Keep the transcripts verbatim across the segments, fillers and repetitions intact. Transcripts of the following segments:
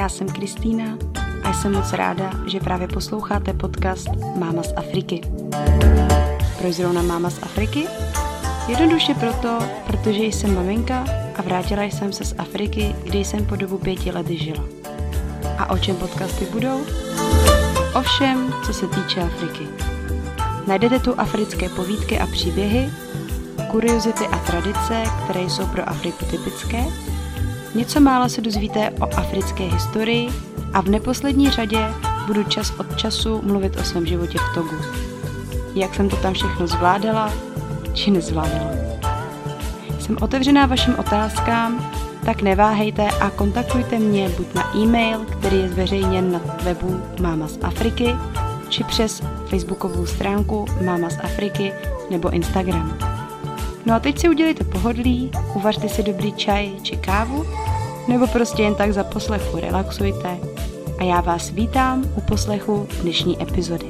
já jsem Kristýna a jsem moc ráda, že právě posloucháte podcast Máma z Afriky. Proč zrovna Máma z Afriky? Jednoduše proto, protože jsem maminka a vrátila jsem se z Afriky, kde jsem po dobu pěti let žila. A o čem podcasty budou? O všem, co se týče Afriky. Najdete tu africké povídky a příběhy, kuriozity a tradice, které jsou pro Afriku typické. Něco málo se dozvíte o africké historii a v neposlední řadě budu čas od času mluvit o svém životě v Togu. Jak jsem to tam všechno zvládala, či nezvládala. Jsem otevřená vašim otázkám, tak neváhejte a kontaktujte mě buď na e-mail, který je zveřejněn na webu Máma z Afriky, či přes facebookovou stránku Máma z Afriky nebo Instagram. No a teď si udělejte pohodlí, uvařte si dobrý čaj či kávu, nebo prostě jen tak za poslechu relaxujte a já vás vítám u poslechu dnešní epizody.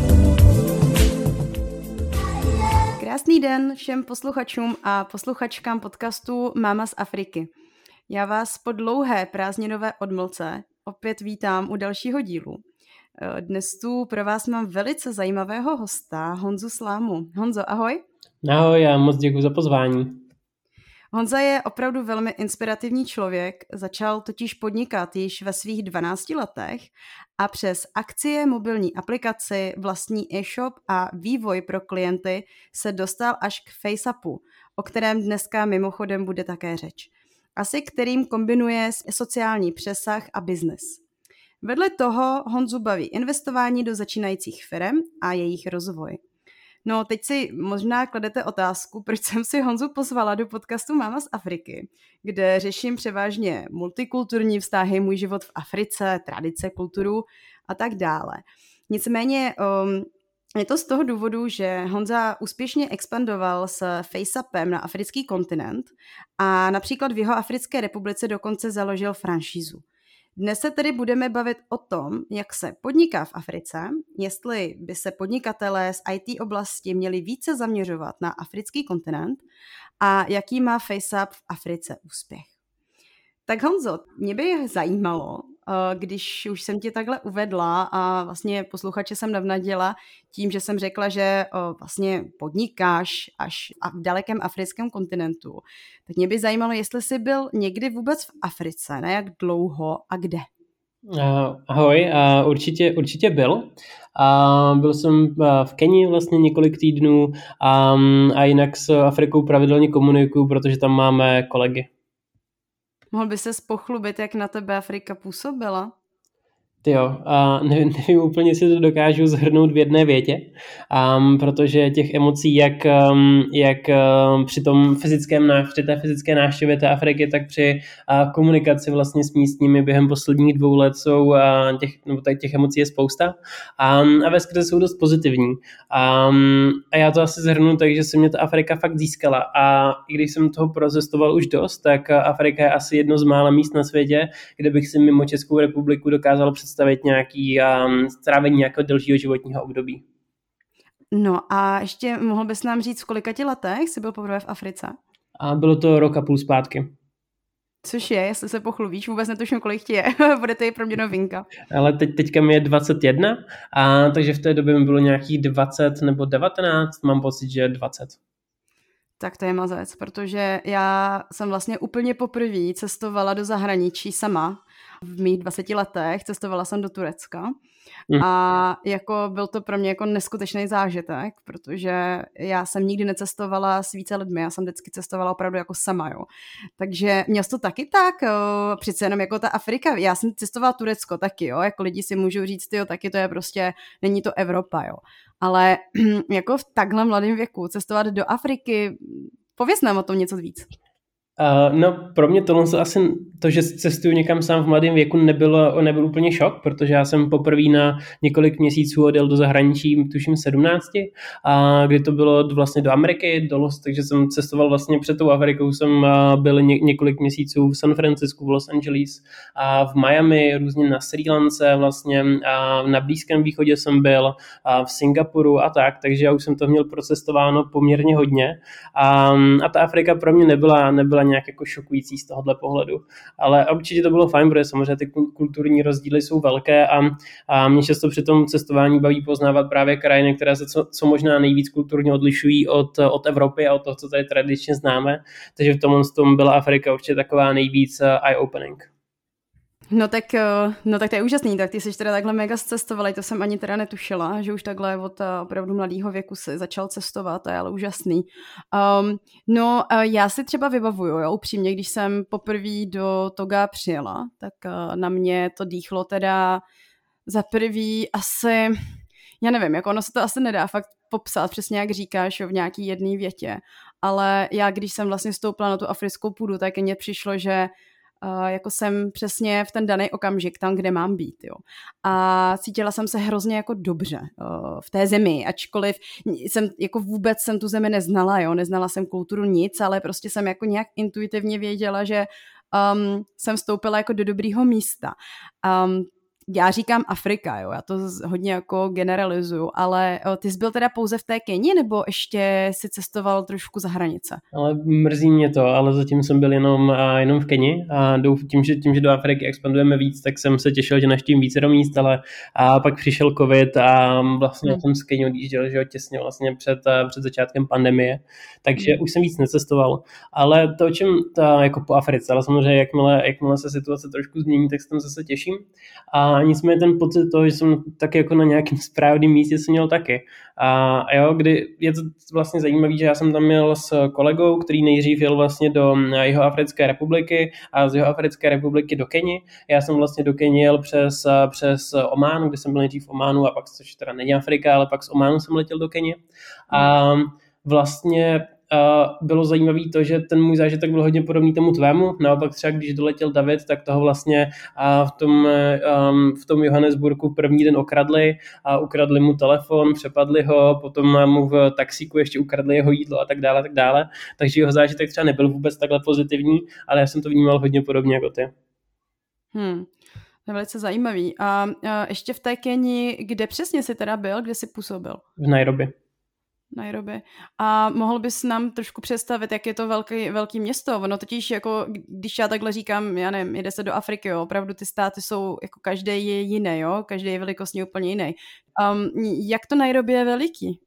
Krásný den všem posluchačům a posluchačkám podcastu Máma z Afriky. Já vás po dlouhé prázdninové odmlce opět vítám u dalšího dílu. Dnes tu pro vás mám velice zajímavého hosta, Honzu Slámu. Honzo, ahoj. Ahoj, já moc děkuji za pozvání. Honza je opravdu velmi inspirativní člověk, začal totiž podnikat již ve svých dvanácti letech a přes akcie, mobilní aplikaci, vlastní e-shop a vývoj pro klienty se dostal až k FaceAppu, o kterém dneska mimochodem bude také řeč. Asi kterým kombinuje sociální přesah a biznes. Vedle toho Honzu baví investování do začínajících firem a jejich rozvoj. No, teď si možná kladete otázku, proč jsem si Honzu pozvala do podcastu Máma z Afriky, kde řeším převážně multikulturní vztahy, můj život v Africe, tradice, kulturu a tak dále. Nicméně um, je to z toho důvodu, že Honza úspěšně expandoval s FaceAppem na africký kontinent a například v Jihoafrické republice dokonce založil franšízu. Dnes se tedy budeme bavit o tom, jak se podniká v Africe, jestli by se podnikatelé z í té oblasti měli více zaměřovat na africký kontinent a jaký má FaceApp v Africe úspěch. Tak Honzo, mě by zajímalo, když už jsem tě takhle uvedla a vlastně posluchače jsem navnadila tím, že jsem řekla, že vlastně podnikáš až v dalekém africkém kontinentu, tak mě by zajímalo, jestli jsi byl někdy vůbec v Africe, ne jak dlouho a kde. Ahoj, určitě, určitě byl. Byl jsem v Keni vlastně několik týdnů a jinak s Afrikou pravidelně komunikuju, protože tam máme kolegy. Mohl by ses pochlubit, jak na tebe Afrika působila? Jo, a nevím, nevím úplně, jestli to dokážu shrnout v jedné větě, um, protože těch emocí, jak, um, jak um, při tom fyzickém, při té fyzické návštěvě té Afriky, tak při uh, komunikaci vlastně s místními během posledních dvou let jsou uh, těch, nebo těch emocí je spousta um, a veskrze jsou dost pozitivní. Um, a já to asi shrnu tak, že se mě ta Afrika fakt získala a i když jsem toho procestoval už dost, tak Afrika je asi jedno z mála míst na světě, kde bych si mimo Českou republiku dokázal představit stavit nějaký um, strávení nějakého delšího životního období. No a ještě mohl bys nám říct, v kolika ti letech jsi byl poprvé v Africe? A bylo to rok a půl zpátky. Což je, jestli se pochlubíš, vůbec netuším, kolik ti je. Bude to i pro mě novinka. Ale teď, teďka mi je dvacet jedna, a takže v té době mi bylo nějakých dvacet nebo devatenáct, mám pocit, že dvacet. Tak to je mazec, protože já jsem vlastně úplně poprvé cestovala do zahraničí sama. V mých dvaceti letech cestovala jsem do Turecka mm. a jako byl to pro mě jako neskutečný zážitek, protože já jsem nikdy necestovala s více lidmi, já jsem vždycky cestovala opravdu jako sama, jo. Takže měl jsi to taky tak, jo, přece jenom jako ta Afrika, já jsem cestovala Turecko taky, jo, jako lidi si můžou říct, jo, taky to je prostě, není to Evropa, jo. Ale jako v takhle mladém věku cestovat do Afriky, pověz nám o tom něco víc. Uh, no pro mě tohle asi to, že cestuju někam sám v mladém věku nebylo, nebyl úplně šok, protože já jsem poprvé na několik měsíců odjel do zahraničí, tuším sedmnácti, a kdy to bylo vlastně do Ameriky, do Los, takže jsem cestoval vlastně před tou Afrikou, jsem uh, byl ně, několik měsíců v San Francisku, v Los Angeles a v Miami, různě na Srí Lance vlastně, a na Blízkém východě jsem byl, a v Singapuru a tak, takže já už jsem to měl procestováno poměrně hodně a, a ta Afrika pro mě nebyla, nebyla nějak jako šokující z tohohle pohledu. Ale určitě to bylo fajn, protože samozřejmě ty kulturní rozdíly jsou velké a, a mě často při tom cestování baví poznávat právě krajiny, které se co, co možná nejvíc kulturně odlišují od, od Evropy a od toho, co tady tradičně známe. Takže v tomhle tom byla Afrika určitě taková nejvíc eye-opening. No tak, no tak to je úžasný, tak ty jsi teda takhle mega cestovala, to jsem ani teda netušila, že už takhle od opravdu mladého věku si začal cestovat, to je ale úžasný. Um, no já si třeba vybavuju, jo, upřímně, když jsem poprvé do Toga přijela, tak na mě to dýchlo teda za prvý asi, já nevím, jako ono se to asi nedá fakt popsat, přesně jak říkáš, jo, v nějaký jedné větě, ale já když jsem vlastně stoupla na tu africkou půdu, tak mně přišlo, že Uh, jako jsem přesně v ten daný okamžik tam, kde mám být, jo. A cítila jsem se hrozně jako dobře uh, v té zemi, ačkoliv jsem jako vůbec jsem tu zemi neznala, jo, neznala jsem kulturu nic, ale prostě jsem jako nějak intuitivně věděla, že um, jsem vstoupila jako do dobrýho místa. Um, Já říkám Afrika, jo, já to hodně jako generalizuju, ale o, ty jsi byl teda pouze v té Keni, nebo ještě si cestoval trošku za hranice? Ale mrzí mě to, ale zatím jsem byl jenom, a jenom v Keni a tím že, tím, že do Afriky expandujeme víc, tak jsem se těšil, že naštívím více do míst, ale a pak přišel covid a vlastně hmm. jsem z Keni odjížděl, že jo, těsně vlastně před, před začátkem pandemie, takže hmm. už jsem víc necestoval, ale to, o čem ta, jako po Africe, ale samozřejmě jakmile, jakmile se situace trošku změní, tak se tam zase těším a nicméně ten pocit toho, že jsem taky jako na nějakém správném místě jsem měl taky. A jo, kdy je to vlastně zajímavé, že já jsem tam měl s kolegou, který nejdřív jel vlastně do Jihoafrické republiky a z Jihoafrické republiky do Keni. Já jsem vlastně do Keni jel přes, přes Omán, kde jsem byl nejdřív v Ománu a pak, což teda není Afrika, ale pak z Ománu jsem letěl do Keni. A vlastně Uh, bylo zajímavé to, že ten můj zážitek byl hodně podobný tomu tvému. Naopak třeba, když doletěl David, tak toho vlastně uh, v, tom, um, v tom Johannesburgu první den okradli a ukradli mu telefon, přepadli ho, potom mu v taxíku ještě ukradli jeho jídlo a tak dále, tak dále. Takže jeho zážitek třeba nebyl vůbec takhle pozitivní, ale já jsem to vnímal hodně podobně jako ty. Hmm. To je velice zajímavý. A, a ještě v té Keni, kde přesně jsi teda byl, kde jsi působil? V Nairobi. Nairobi. A mohl bys nám trošku představit, jak je to velký, velký město? Ono totiž, jako, když já takhle říkám, já nevím, jde se do Afriky, jo, opravdu ty státy jsou, jako každý je jiný, jo, každý je velikostně úplně jiný. Um, jak to Nairobi je veliký?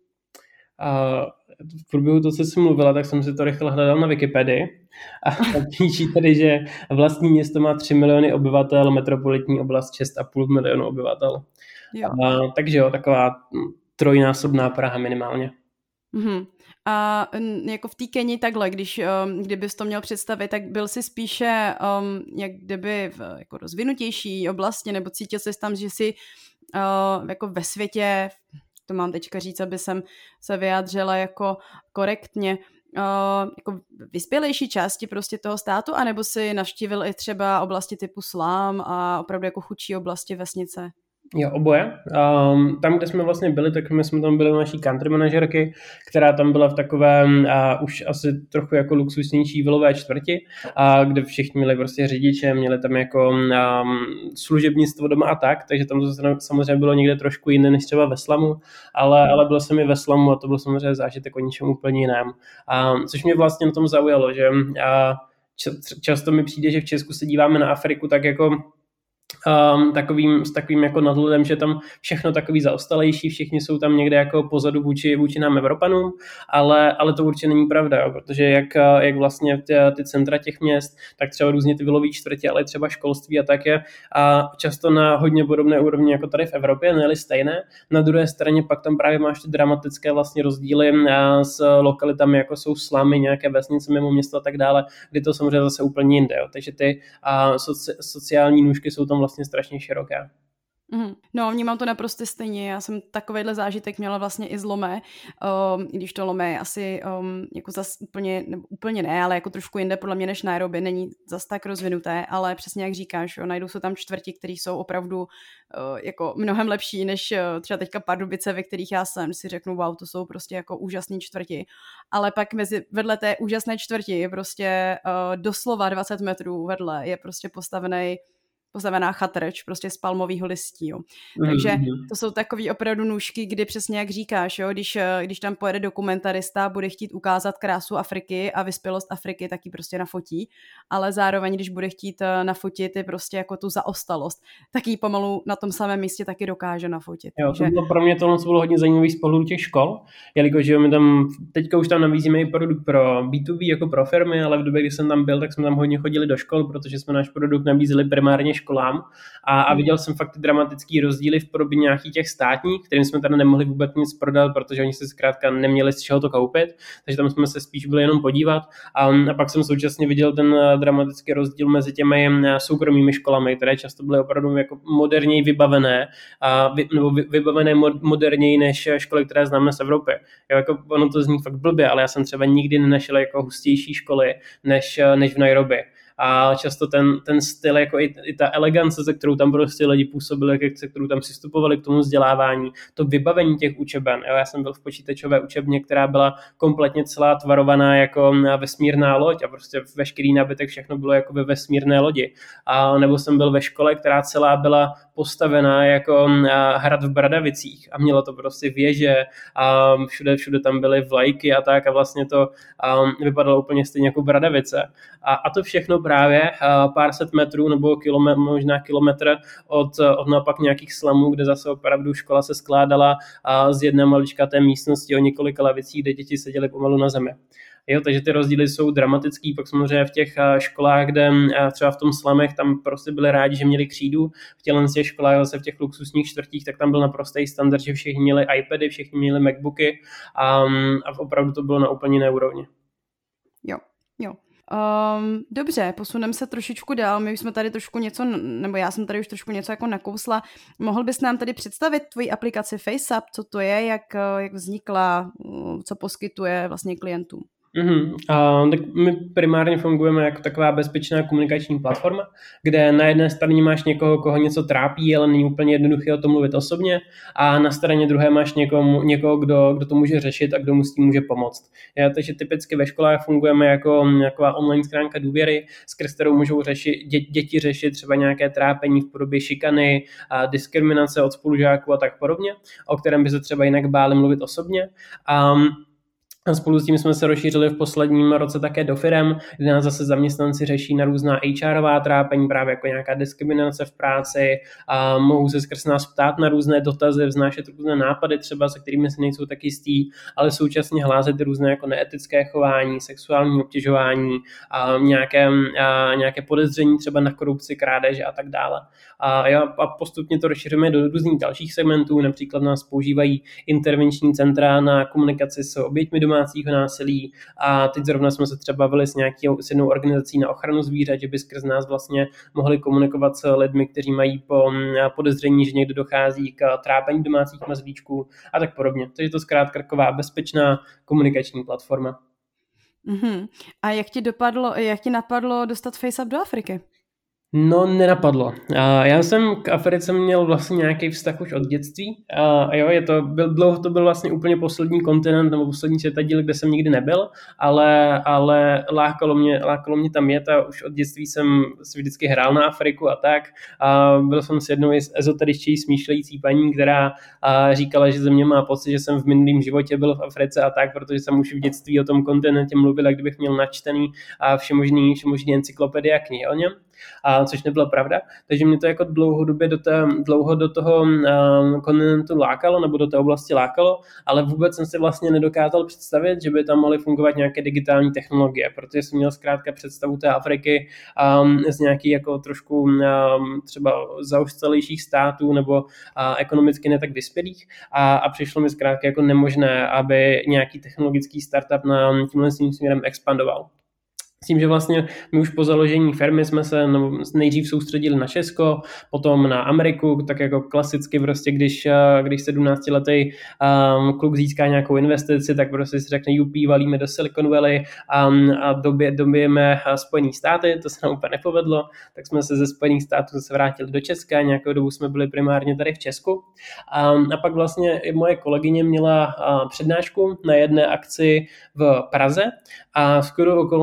Uh, v průběhu toho, co jsi mluvila, tak jsem si to rychle hledal na Wikipedii a píší tady, že vlastní město má tři miliony obyvatel, metropolitní oblast šest a půl milionu obyvatel. Jo. Uh, takže jo, taková trojnásobná Praha minimálně. Uhum. A jako v té Keni takhle, když, um, kdybys to měl představit, tak byl jsi spíše um, jak kdyby v jako rozvinutější oblasti, nebo cítil jsi tam, že jsi uh, jako ve světě, to mám teďka říct, aby jsem se vyjádřila jako korektně, uh, jako vyspělejší části prostě toho státu, anebo si navštívil i třeba oblasti typu Slám a opravdu jako chudší oblasti, vesnice? Jo, oboje. Um, tam, kde jsme vlastně byli, tak my jsme tam byli u naší country manažerky, která tam byla v takovém uh, už asi trochu jako luxusnější vilové čtvrti, a kde všichni měli prostě řidiče, měli tam jako um, služebnictvo doma a tak, takže tam to samozřejmě bylo někde trošku jiné než třeba ve Slamu, ale, ale byl jsem i ve Slamu a to byl samozřejmě zážitek o něčem úplně jiném. Um, což mě vlastně na tom zaujalo, že uh, často mi přijde, že v Česku se díváme na Afriku tak jako Um, takovým, s takovým jako nadhledem, že tam všechno takový zaostalejší, všichni jsou tam někde jako pozadu vůči, vůči nám Evropanům, ale, ale to určitě není pravda, jo, protože jak, jak vlastně ty, ty centra těch měst, tak třeba různě ty vilové čtvrtě, ale třeba školství a tak je a často na hodně podobné úrovni jako tady v Evropě, ne-li stejné. Na druhé straně pak tam právě máš ty dramatické vlastně rozdíly s lokalitami, jako jsou slamy, nějaké vesnice mimo město a tak dále, kdy to samozřejmě zase úplně jinde, jo. Takže ty a soci, sociální nůžky jsou tam vlastně strašně široké. Mm. No, vnímám to naprosto stejně. Já jsem takovejhle zážitek měla vlastně i z Lomé, um, i když to Lomé je asi um, jako zas úplně, nebo úplně ne, ale jako trošku jinde podle mě než Nairobi, není zas tak rozvinuté, ale přesně jak říkáš, jo, najdou se tam čtvrti, které jsou opravdu uh, jako mnohem lepší než uh, třeba teďka Pardubice, ve kterých já jsem, si řeknu, wow, to jsou prostě jako úžasný čtvrti. Ale pak mezi, vedle té úžasné čtvrti je prostě uh, doslova dvacet metrů vedle je prostě postavený to znamená chatrč, prostě z palmového listí. Jo. Mm-hmm. Takže to jsou takový opravdu nůžky, kdy přesně jak říkáš, jo, když, když tam pojede dokumentarista, bude chtít ukázat krásu Afriky a vyspělost Afriky, tak ji prostě nafotí, ale zároveň, když bude chtít nafotit i prostě jako tu zaostalost, tak ji pomalu na tom samém místě taky dokáže nafotit. Jo, Takže... to bylo pro mě to bylo hodně zajímavý z pohledu těch škol, jelikož jo, my tam, teďka už tam nabízíme i produkt pro bé dvě bé, jako pro firmy, ale v době, kdy jsem tam byl, tak jsme tam hodně chodili do škol, protože jsme náš produkt nabízeli primárně školám a, a viděl jsem fakt ty dramatický rozdíly v podobě nějakých těch státních, kterým jsme tady nemohli vůbec nic prodat, protože oni si zkrátka neměli z čeho to koupit, takže tam jsme se spíš byli jenom podívat a, a pak jsem současně viděl ten dramatický rozdíl mezi těmi soukromými školami, které často byly opravdu jako moderněji vybavené a vy, nebo vy, vybavené moderněji než školy, které známe z Evropy. Jo, jako ono to zní fakt blbě, ale já jsem třeba nikdy nenašel jako hustější školy než, než v Nairobi. A často ten, ten styl, jako i, i ta elegance, se kterou tam prostě lidi působili, se kterou tam přistupovali k tomu vzdělávání, to vybavení těch učeben. Jo, já jsem byl v počítačové učebně, která byla kompletně celá tvarovaná jako vesmírná loď a prostě veškerý nábytek, všechno bylo jako ve vesmírné lodi. A nebo jsem byl ve škole, která celá byla postavená jako hrad v Bradavicích a mělo to prostě věže a všude, všude tam byly vlajky a tak a vlastně to vypadalo úplně stejně jako Bradavice. A, a to všechno právě pár set metrů nebo kilometr, možná kilometr od, od naopak nějakých slamů, kde zase opravdu škola se skládala z jedné maličkaté místnosti o několika lavicích, kde děti seděly pomalu na zemi. Jo, takže ty rozdíly jsou dramatický, pak samozřejmě v těch školách, kde třeba v tom slamech tam prostě byli rádi, že měli křídu, v těchto těch školách zase v těch luxusních čtvrtích, tak tam byl naprostý standard, že všichni měli iPady, všichni měli MacBooky a, a opravdu to bylo na úplně jiné úrovni. Jo, jo. Um, dobře, posuneme se trošičku dál, my už jsme tady trošku něco, nebo já jsem tady už trošku něco jako nakousla. Mohl bys nám tady představit tvoji aplikaci FaceUp, co to je, jak, jak vznikla, co poskytuje vlastně klientům? Mm-hmm. Uh, tak my primárně fungujeme jako taková bezpečná komunikační platforma, kde na jedné straně máš někoho, koho něco trápí, ale není úplně jednoduché o tom mluvit osobně, a na straně druhé máš někoho, někoho kdo, kdo to může řešit a kdo mu s tím může pomoct. Ja, takže typicky ve školách fungujeme jako taková online schránka důvěry, skrz kterou můžou řešit, dě, děti řešit třeba nějaké trápení v podobě šikany, a diskriminace od spolužáků a tak podobně, o kterém by se třeba jinak báli mluvit osobně. Um, A spolu s tím jsme se rozšířili v posledním roce také do firem, kde nás zase zaměstnanci řeší na různá há erová trápení, právě jako nějaká diskriminace v práci, a mohou se skrz nás ptát na různé dotazy, vznášet různé nápady třeba, se kterými se nejsou tak jistý, ale současně hlásat různé jako neetické chování, sexuální obtěžování, a nějaké, a nějaké podezření třeba na korupci, krádeže a tak dále. A, já, a postupně to rozšíříme do různých dalších segmentů, například nás používají intervenční centra na komunikaci s oběťmi domácího násilí, a teď zrovna jsme se třeba bavili s nějakou s jednou organizací na ochranu zvířat, že by skrz nás vlastně mohli komunikovat s lidmi, kteří mají po podezření, že někdo dochází k trápení domácích mazlíčků a tak podobně. Takže to zkrátka taková bezpečná komunikační platforma. Mm-hmm. A jak ti dopadlo, jak ti napadlo dostat FaceUp do Afriky? No, nenapadlo. Já jsem k Africe měl vlastně nějaký vztah už od dětství. A jo, je to, byl, dlouho to byl vlastně úplně poslední kontinent nebo poslední světadíl, kde jsem nikdy nebyl, ale, ale lákalo mě, lákalo mě tam jet a už od dětství jsem si vždycky hrál na Afriku a tak. A byl jsem s jednou ezoteričtěji smýšlející paní, která říkala, že ze mě má pocit, že jsem v minulém životě byl v Africe a tak, protože jsem už v dětství o tom kontinentě mluvil, jak kdybych měl načtený a všemožný, všemožný encyklopedie a knihy o něm. A což nebyla pravda, takže mě to jako dlouhodobě do, té, dlouho do toho um, kontinentu lákalo, nebo do té oblasti lákalo, ale vůbec jsem si vlastně nedokázal představit, že by tam mohly fungovat nějaké digitální technologie, protože jsem měl zkrátka představu té Afriky um, z nějakých jako trošku um, třeba zaostalejších států nebo uh, ekonomicky ne tak vyspělých, a, a přišlo mi zkrátka jako nemožné, aby nějaký technologický startup na tímhle směrem expandoval. S tím, že vlastně my už po založení firmy jsme se nejdřív soustředili na Česko, potom na Ameriku, tak jako klasicky prostě, když, když sedmnáctiletý um, kluk získá nějakou investici, tak prostě si řekne jupí, valíme do Silicon Valley um, a době, dobijeme Spojený státy, to se nám úplně nepovedlo, tak jsme se ze Spojených států se vrátili do Česka, nějakou dobu jsme byli primárně tady v Česku. Um, a pak vlastně i moje kolegyně měla uh, přednášku na jedné akci v Praze a skoro okolností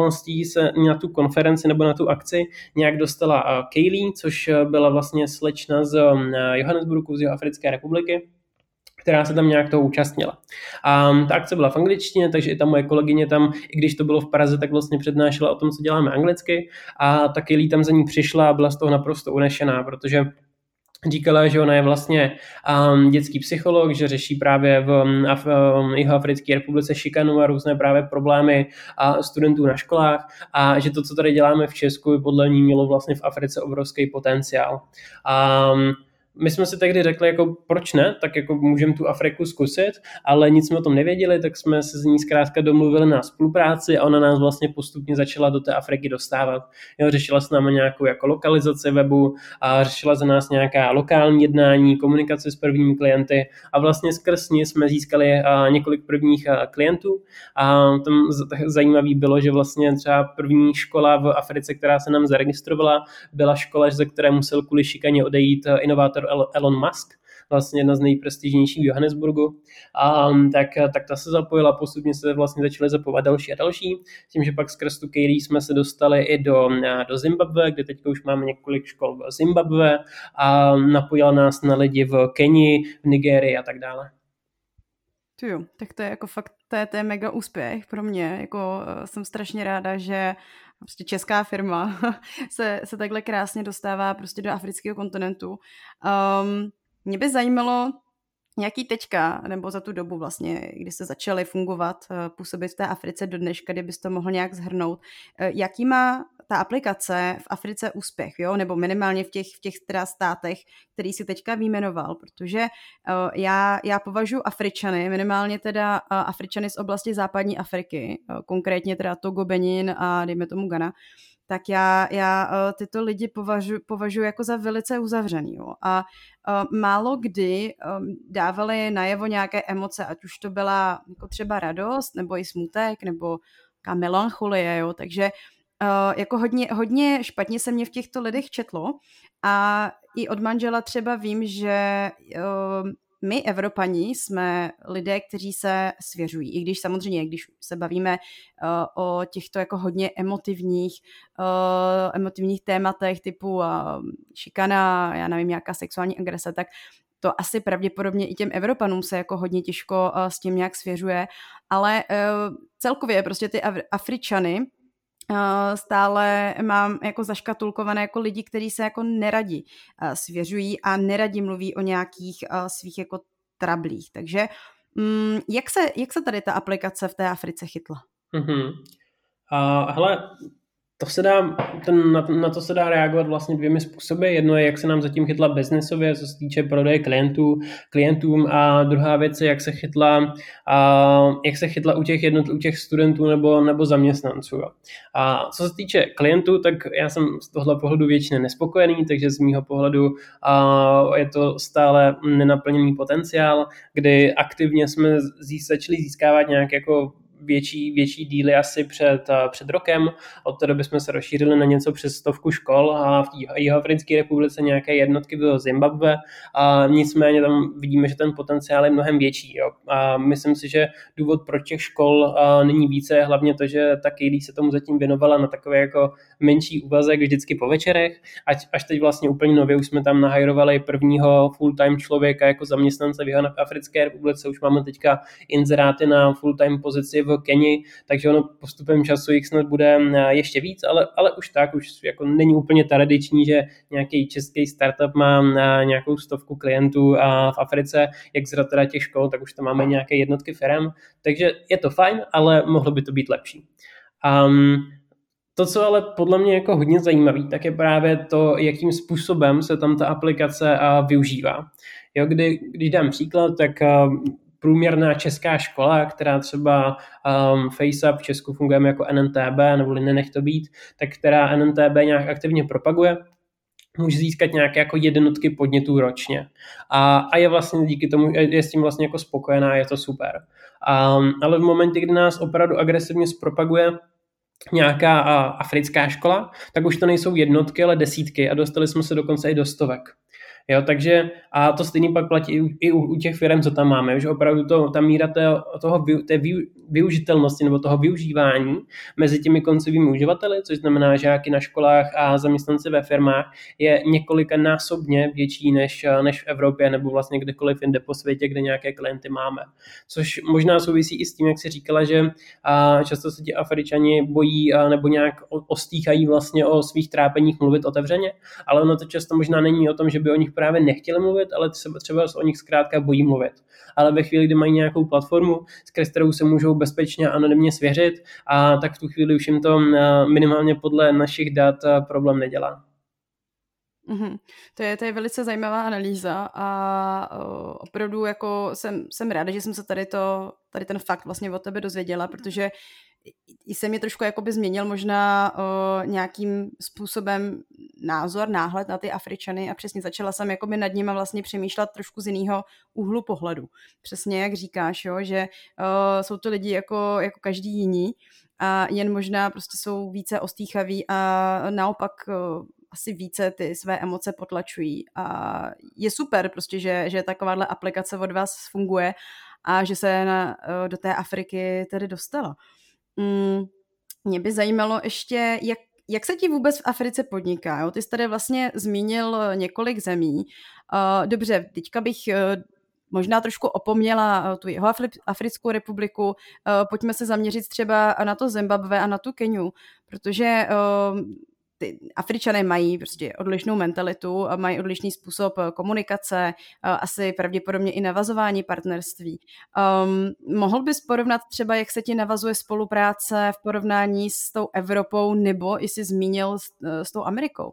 lidí se na tu konferenci nebo na tu akci nějak dostala Kaylee, což byla vlastně slečna z Johannesburgu, z Jihoafrické republiky, která se tam nějak toho účastnila. A ta akce byla v angličtině, takže i ta moje kolegyně tam, i když to bylo v Praze, tak vlastně přednášela o tom, co děláme anglicky, a ta Kaylee tam za ní přišla a byla z toho naprosto unešená, protože říkala, že ona je vlastně um, dětský psycholog, že řeší právě v, v um, Jihoafrické republice šikanu a různé právě problémy a studentů na školách, a že to, co tady děláme v Česku, by podle ní mělo vlastně v Africe obrovský potenciál. Um, My jsme si tehdy řekli, jako proč ne, tak jako můžeme tu Afriku zkusit, ale nic jsme o tom nevěděli, tak jsme se z ní zkrátka domluvili na spolupráci a ona nás vlastně postupně začala do té Afriky dostávat. Jo, řešila s námi nějakou jako lokalizaci webu a řešila za nás nějaká lokální jednání, komunikace s prvními klienty a vlastně skrz ní jsme získali několik prvních klientů. A tam zajímavý bylo, že vlastně třeba první škola v Africe, která se nám zaregistrovala, byla škola, ze které musel kvůli šikaně odejít inovátor Elon Musk, vlastně jedna z nejprestižnějších v Johannesburgu. A tak, tak ta se zapojila, postupně se vlastně začaly zapojovat další a další. Tím, že pak skrz tu Kaylee jsme se dostali i do, do Zimbabwe, kde teďka už máme několik škol v Zimbabwe a napojila nás na lidi v Kenii, v Nigérii a tak dále. Jo, tak to je jako fakt, to je, to je mega úspěch pro mě. Jako, uh, jsem strašně ráda, že prostě česká firma se, se takhle krásně dostává prostě do afrického kontinentu. Um, mě by zajímalo, nějaký teďka, nebo za tu dobu vlastně, kdy se začaly fungovat, působit v té Africe do dneška, kdybys to mohl nějak shrnout, jaký má ta aplikace v Africe úspěch, jo? Nebo minimálně v těch, v těch teda státech, který si teďka vyjmenoval, protože uh, já, já považuji Afričany, minimálně teda uh, Afričany z oblasti západní Afriky, uh, konkrétně teda Togo, Benin a dejme tomu Ghana, tak já, já uh, tyto lidi považuji považuji jako za velice uzavřený. Jo? A uh, málo kdy um, dávali najevo nějaké emoce, ať už to byla jako třeba radost, nebo i smutek, nebo taková melancholie, jo? Takže Uh, jako hodně, hodně špatně se mě v těchto lidech četlo a i od manžela třeba vím, že uh, my Evropani jsme lidé, kteří se svěřují, i když samozřejmě, když se bavíme uh, o těchto jako hodně emotivních, uh, emotivních tématech typu uh, šikana, já nevím, nějaká sexuální agrese, tak to asi pravděpodobně i těm Evropanům se jako hodně těžko uh, s tím nějak svěřuje, ale uh, celkově prostě ty Afričany stále mám jako zaškatulkované jako lidi, kteří se jako neradi svěřují a neradi mluví o nějakých svých jako trablích. Takže jak se, jak se tady ta aplikace v té Africe chytla? Mm-hmm. Uh, hele, to se dá, ten, na, na to se dá reagovat vlastně dvěmi způsoby. Jedno je, jak se nám zatím chytla biznesově, co se týče prodeje klientů, klientům, a druhá věc je, jak se chytla, a, jak se chytla u těch jednot, u těch studentů nebo, nebo zaměstnanců. Jo. A co se týče klientů, tak já jsem z tohle pohledu většině nespokojený, takže z mýho pohledu a, je to stále nenaplněný potenciál, kdy aktivně jsme zí, začali získávat nějak jako větší, větší díly asi před, před rokem. Od té doby jsme se rozšířili na něco přes stovku škol a v Jihoafrické republice nějaké jednotky v Zimbabwe. A nicméně tam vidíme, že ten potenciál je mnohem větší. Jo. A myslím si, že důvod, proč těch škol není více, je hlavně to, že ta Kaylee se tomu zatím věnovala na takový jako menší úvazek vždycky po večerech. Ať, až teď vlastně úplně nově už jsme tam nahajrovali prvního full-time člověka jako zaměstnance v Jihoafrické republice. Už máme teďka inzeráty na full-time pozici v Kenii, takže ono postupem času jich snad bude ještě víc, ale, ale už tak, už jako není úplně tradiční, že nějaký český startup má nějakou stovku klientů a v Africe, jak z teda těch škol, tak už tam máme nějaké jednotky firem, takže je to fajn, ale mohlo by to být lepší. Um, To, co ale podle mě jako hodně zajímavý, tak je právě to, jakým způsobem se tam ta aplikace využívá. Jo, kdy, když dám příklad, tak průměrná česká škola, která třeba um, FaceUp v Česku fungujeme jako N N T B, nebo nenech to být, tak která N N T B nějak aktivně propaguje, může získat nějaké jako jednotky podnětů ročně. A, a je vlastně díky tomu, je s tím vlastně jako spokojená, je to super. Um, ale v momentě, kdy nás opravdu agresivně zpropaguje nějaká a, africká škola, tak už to nejsou jednotky, ale desítky a dostali jsme se dokonce i do stovek. Jo, takže a to stejně pak platí i u, i u, u těch firm, co tam máme, že opravdu to, ta míra té, toho, té využitelnosti nebo toho využívání mezi těmi koncovými uživateli, což znamená žáky na školách a zaměstnanci ve firmách, je několikanásobně větší než, než v Evropě nebo vlastně kdekoliv jinde po světě, kde nějaké klienty máme. Což možná souvisí i s tím, jak si říkala, že často se ti Afričani bojí nebo nějak ostýchají vlastně o svých trápeních mluvit otevřeně, ale ono to často možná není o tom, že by o nich právě nechtěli mluvit, ale třeba, třeba se o nich zkrátka bojí mluvit. Ale ve chvíli, kdy mají nějakou platformu, s kterou se můžou bezpečně a anonymně svěřit, a tak v tu chvíli už jim to minimálně podle našich dat problém nedělá. Mm-hmm. To je, to je velice zajímavá analýza a uh, opravdu jako jsem, jsem ráda, že jsem se tady, to, tady ten fakt vlastně od tebe dozvěděla, protože i se mě trošku jakoby změnil možná uh, nějakým způsobem názor, náhled na ty Afričany a přesně začala jsem jakoby nad nima vlastně přemýšlet trošku z jiného úhlu pohledu. Přesně jak říkáš, jo, že uh, jsou to lidi jako, jako každý jiný a jen možná prostě jsou více ostýchaví a naopak uh, asi více ty své emoce potlačují a je super prostě, že, že takováhle aplikace od vás funguje a že se na, do té Afriky tedy dostala. Mm, mě by zajímalo ještě, jak, jak se ti vůbec v Africe podniká? Jo? Ty jsi tady vlastně zmínil několik zemí. Uh, dobře, teďka bych uh, možná trošku opomněla uh, tu jeho Africkou republiku. Uh, pojďme se zaměřit třeba na to Zimbabwe a na tu Keniu, protože uh, ty Afričané mají prostě odlišnou mentalitu a mají odlišný způsob komunikace, asi pravděpodobně i navazování partnerství. Um, mohl bys porovnat třeba, jak se ti navazuje spolupráce v porovnání s tou Evropou, nebo i jsi zmínil s, s tou Amerikou?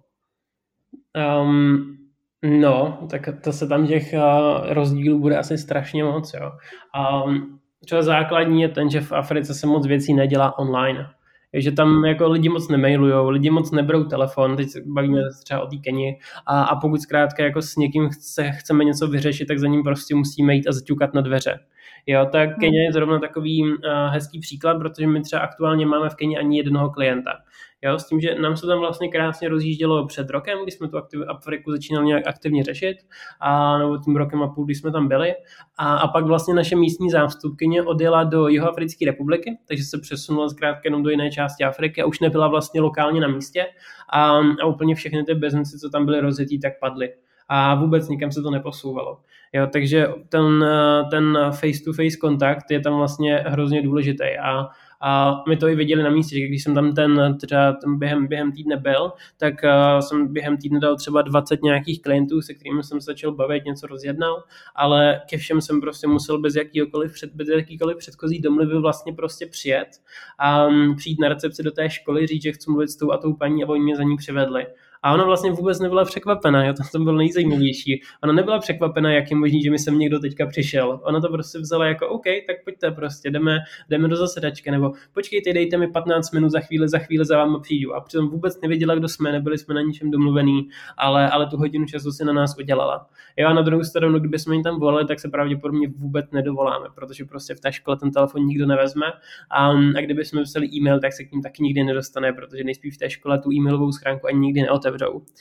Um, no, tak to se tam těch uh, rozdílů bude asi strašně moc. Jo. Um, třeba základní je ten, že v Africe se moc věcí nedělá online. Že tam jako lidi moc nemailujou, lidi moc neberou telefon, teď se bavíme třeba o té Keni, a, a pokud zkrátka jako s někým chce, chceme něco vyřešit, tak za ním prostě musíme jít a zaťukat na dveře. Jo, tak Kenia je zrovna takový uh, hezký příklad, protože my třeba aktuálně máme v Keni ani jednoho klienta. Jo, s tím, že nám se tam vlastně krásně rozjíždělo před rokem, když jsme tu aktiv, Afriku začínali nějak aktivně řešit, a nebo tím rokem a půl, když jsme tam byli. A, a pak vlastně naše místní zástupkyně odjela do Jihoafrické republiky, takže se přesunula zkrátka jenom do jiné části Afriky a už nebyla vlastně lokálně na místě a, a úplně všechny ty biznesy, co tam byly rozjetý, tak padly. A vůbec nikam se to neposouvalo. Jo, takže ten, ten face-to-face kontakt je tam vlastně hrozně důležitý. A A my to i viděli na místě, že když jsem tam ten třeba ten během, během týdne byl, tak uh, jsem během týdne dal třeba dvacet nějakých klientů, se kterými jsem se začal bavit, něco rozjednal, ale ke všem jsem prostě musel bez jakýkoliv, před, bez jakýkoliv předchozí domluvy vlastně prostě přijet a um, přijít na recepci do té školy, říct, že chci mluvit s tou a tou paní a oni mě za ní přivedli. A ona vlastně vůbec nebyla překvapená, jo, to, to bylo nejzajímavější. Ona nebyla překvapená, jak je možný, že mi sem někdo teďka přišel. Ona to prostě vzala jako OK, tak pojďte prostě, jdeme, jdeme do zasedačky, nebo počkejte, dejte mi patnáct minut, za chvíli, za chvíli za váma přijdu. A přitom vůbec nevěděla, kdo jsme, nebyli jsme na ničem domluvení, ale, ale tu hodinu času si na nás udělala. Jo, a na druhou stranu, kdyby jsme jim tam volali, tak se pravděpodobně vůbec nedovoláme, protože prostě v té škole ten telefon nikdo nevezme a, a kdyby jsme psali e-mail, tak se k ním taky nikdy nedostane, protože nejspíš v té škole tu e-mailovou schránku ani nikdy neotevřeme.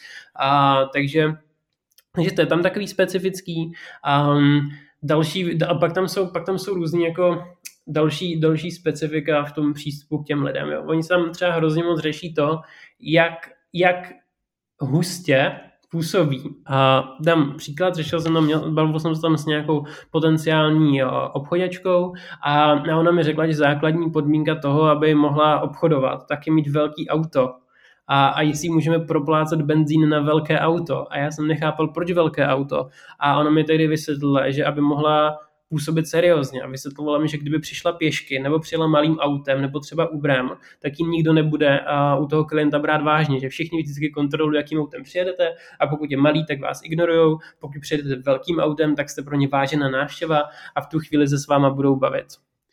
A, takže, takže to je tam takový specifický. Um, další, a pak tam jsou, pak tam jsou různý jako další, další specifika v tom přístupu k těm lidem. Jo. Oni se tam třeba hrozně moc řeší to, jak, jak hustě působí. A dám příklad, řešil jsem tam, bavil jsem se tam s nějakou potenciální obchodačkou a ona mi řekla, že základní podmínka toho, aby mohla obchodovat, tak je mít velký auto. A, a jestli můžeme proplácet benzín na velké auto. A já jsem nechápal, proč velké auto. A ona mi tehdy vysvětlila, že aby mohla působit seriózně. A vysvětlovala mi, že kdyby přišla pěšky, nebo přijela malým autem, nebo třeba Uberem, tak jim nikdo nebude a u toho klienta brát vážně, že všichni vždycky kontrolují, jakým autem přijedete, a pokud je malý, tak vás ignorujou. Pokud přijedete velkým autem, tak jste pro ně vážená návštěva a v tu chvíli se s váma budou bavit.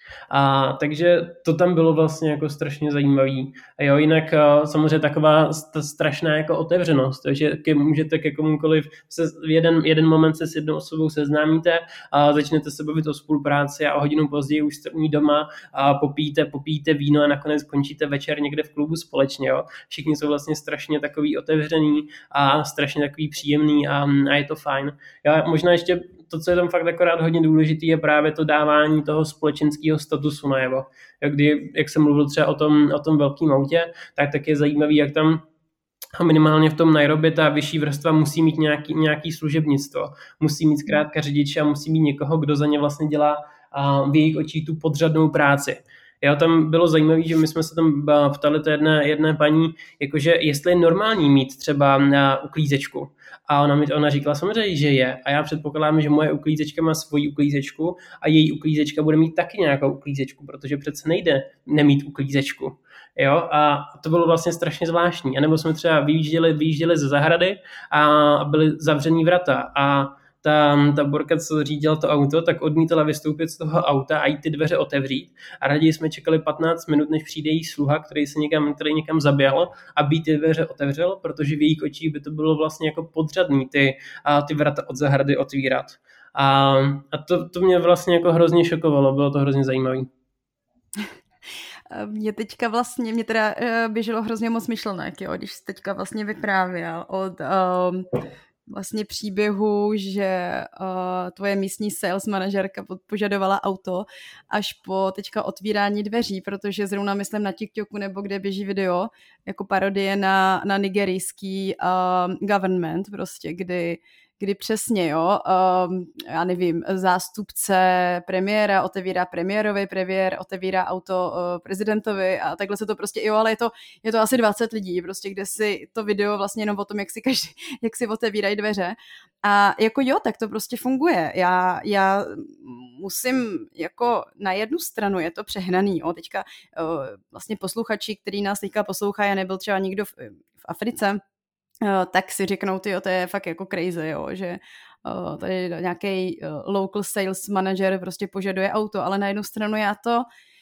A takže to tam bylo vlastně jako strašně zajímavý. A jo, jinak samozřejmě taková strašná jako otevřenost, že ke, můžete ke komukoliv se, jeden, jeden moment se s jednou osobou seznámíte a začnete se bavit o spolupráci a o hodinu později už jste u ní doma a popíte, popíte víno a nakonec končíte večer někde v klubu společně. Jo. Všichni jsou vlastně strašně takový otevřený a strašně takový příjemný a, a je to fajn. Já možná ještě to, co je tam fakt akorát hodně důležitý, je právě to dávání toho společenského statusu najevo. Jak, kdy, jak jsem mluvil třeba o tom, o tom velkém autě, tak, tak je zajímavý, jak tam a minimálně v tom Nairobi ta vyšší vrstva musí mít nějaký, nějaký služebnictvo, musí mít zkrátka řidiče a musí mít někoho, kdo za ně vlastně dělá uh, v jejich očích tu podřadnou práci. Jo, tam bylo zajímavé, že my jsme se tam ptali to jedné, jedné paní, jakože jestli je normální mít třeba na uklízečku. A ona mi ona říkala samozřejmě, že je. A já předpokládám, že moje uklízečka má svoji uklízečku a její uklízečka bude mít taky nějakou uklízečku, protože přece nejde nemít uklízečku. Jo, a to bylo vlastně strašně zvláštní. A nebo jsme třeba vyjížděli, vyjížděli ze zahrady a byly zavřený vrata a ta, ta borka, co řídila to auto, tak odmítala vystoupit z toho auta a jít ty dveře otevřít. A raději jsme čekali patnáct minut, než přijde její sluha, který se někam, který někam zaběhl, aby ty dveře otevřel, protože v jejich očích by to bylo vlastně jako podřadný ty, a ty vrata od zahrady otvírat. A, a to, to mě vlastně jako hrozně šokovalo, bylo to hrozně zajímavé. Mě teďka vlastně, mě teda běželo hrozně moc myšlenek, jo, když jsi teďka vlastně vyprávěl od um, vlastně příběhu, že uh, tvoje místní sales manažerka požadovala auto, až po teďka otvírání dveří, protože zrovna myslím na TikToku nebo kde běží video, jako parodie na, na nigerijský uh, government, prostě, kdy kdy přesně, jo, um, já nevím, zástupce premiéra otevírá premiérovi, premiér otevírá auto uh, prezidentovi a takhle se to prostě, jo, ale je to, je to asi dvacet lidí, prostě, kde si to video vlastně jenom o tom, jak si každý, jak si otevírají dveře a jako jo, tak to prostě funguje. Já, já musím jako na jednu stranu, je to přehnaný, jo, teďka uh, vlastně posluchači, který nás teďka poslouchají a nebyl třeba nikdo v, v Africe, Uh, tak si řeknou, tyjo, to je fakt jako crazy, jo, že uh, tady nějaký uh, local sales manager prostě požaduje auto, ale na jednu stranu já to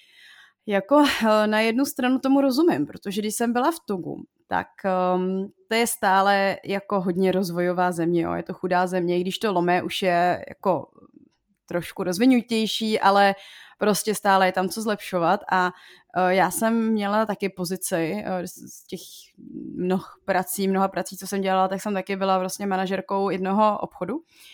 jako uh, na jednu stranu tomu rozumím, protože když jsem byla v Togu, tak um, to je stále jako hodně rozvojová země, jo, je to chudá země, i když to Lomé už je jako trošku rozvinutější, ale prostě stále je tam co zlepšovat a uh, já jsem měla taky pozici uh, z těch mnoh prací, mnoha prací, co jsem dělala, tak jsem taky byla vlastně manažerkou jednoho obchodu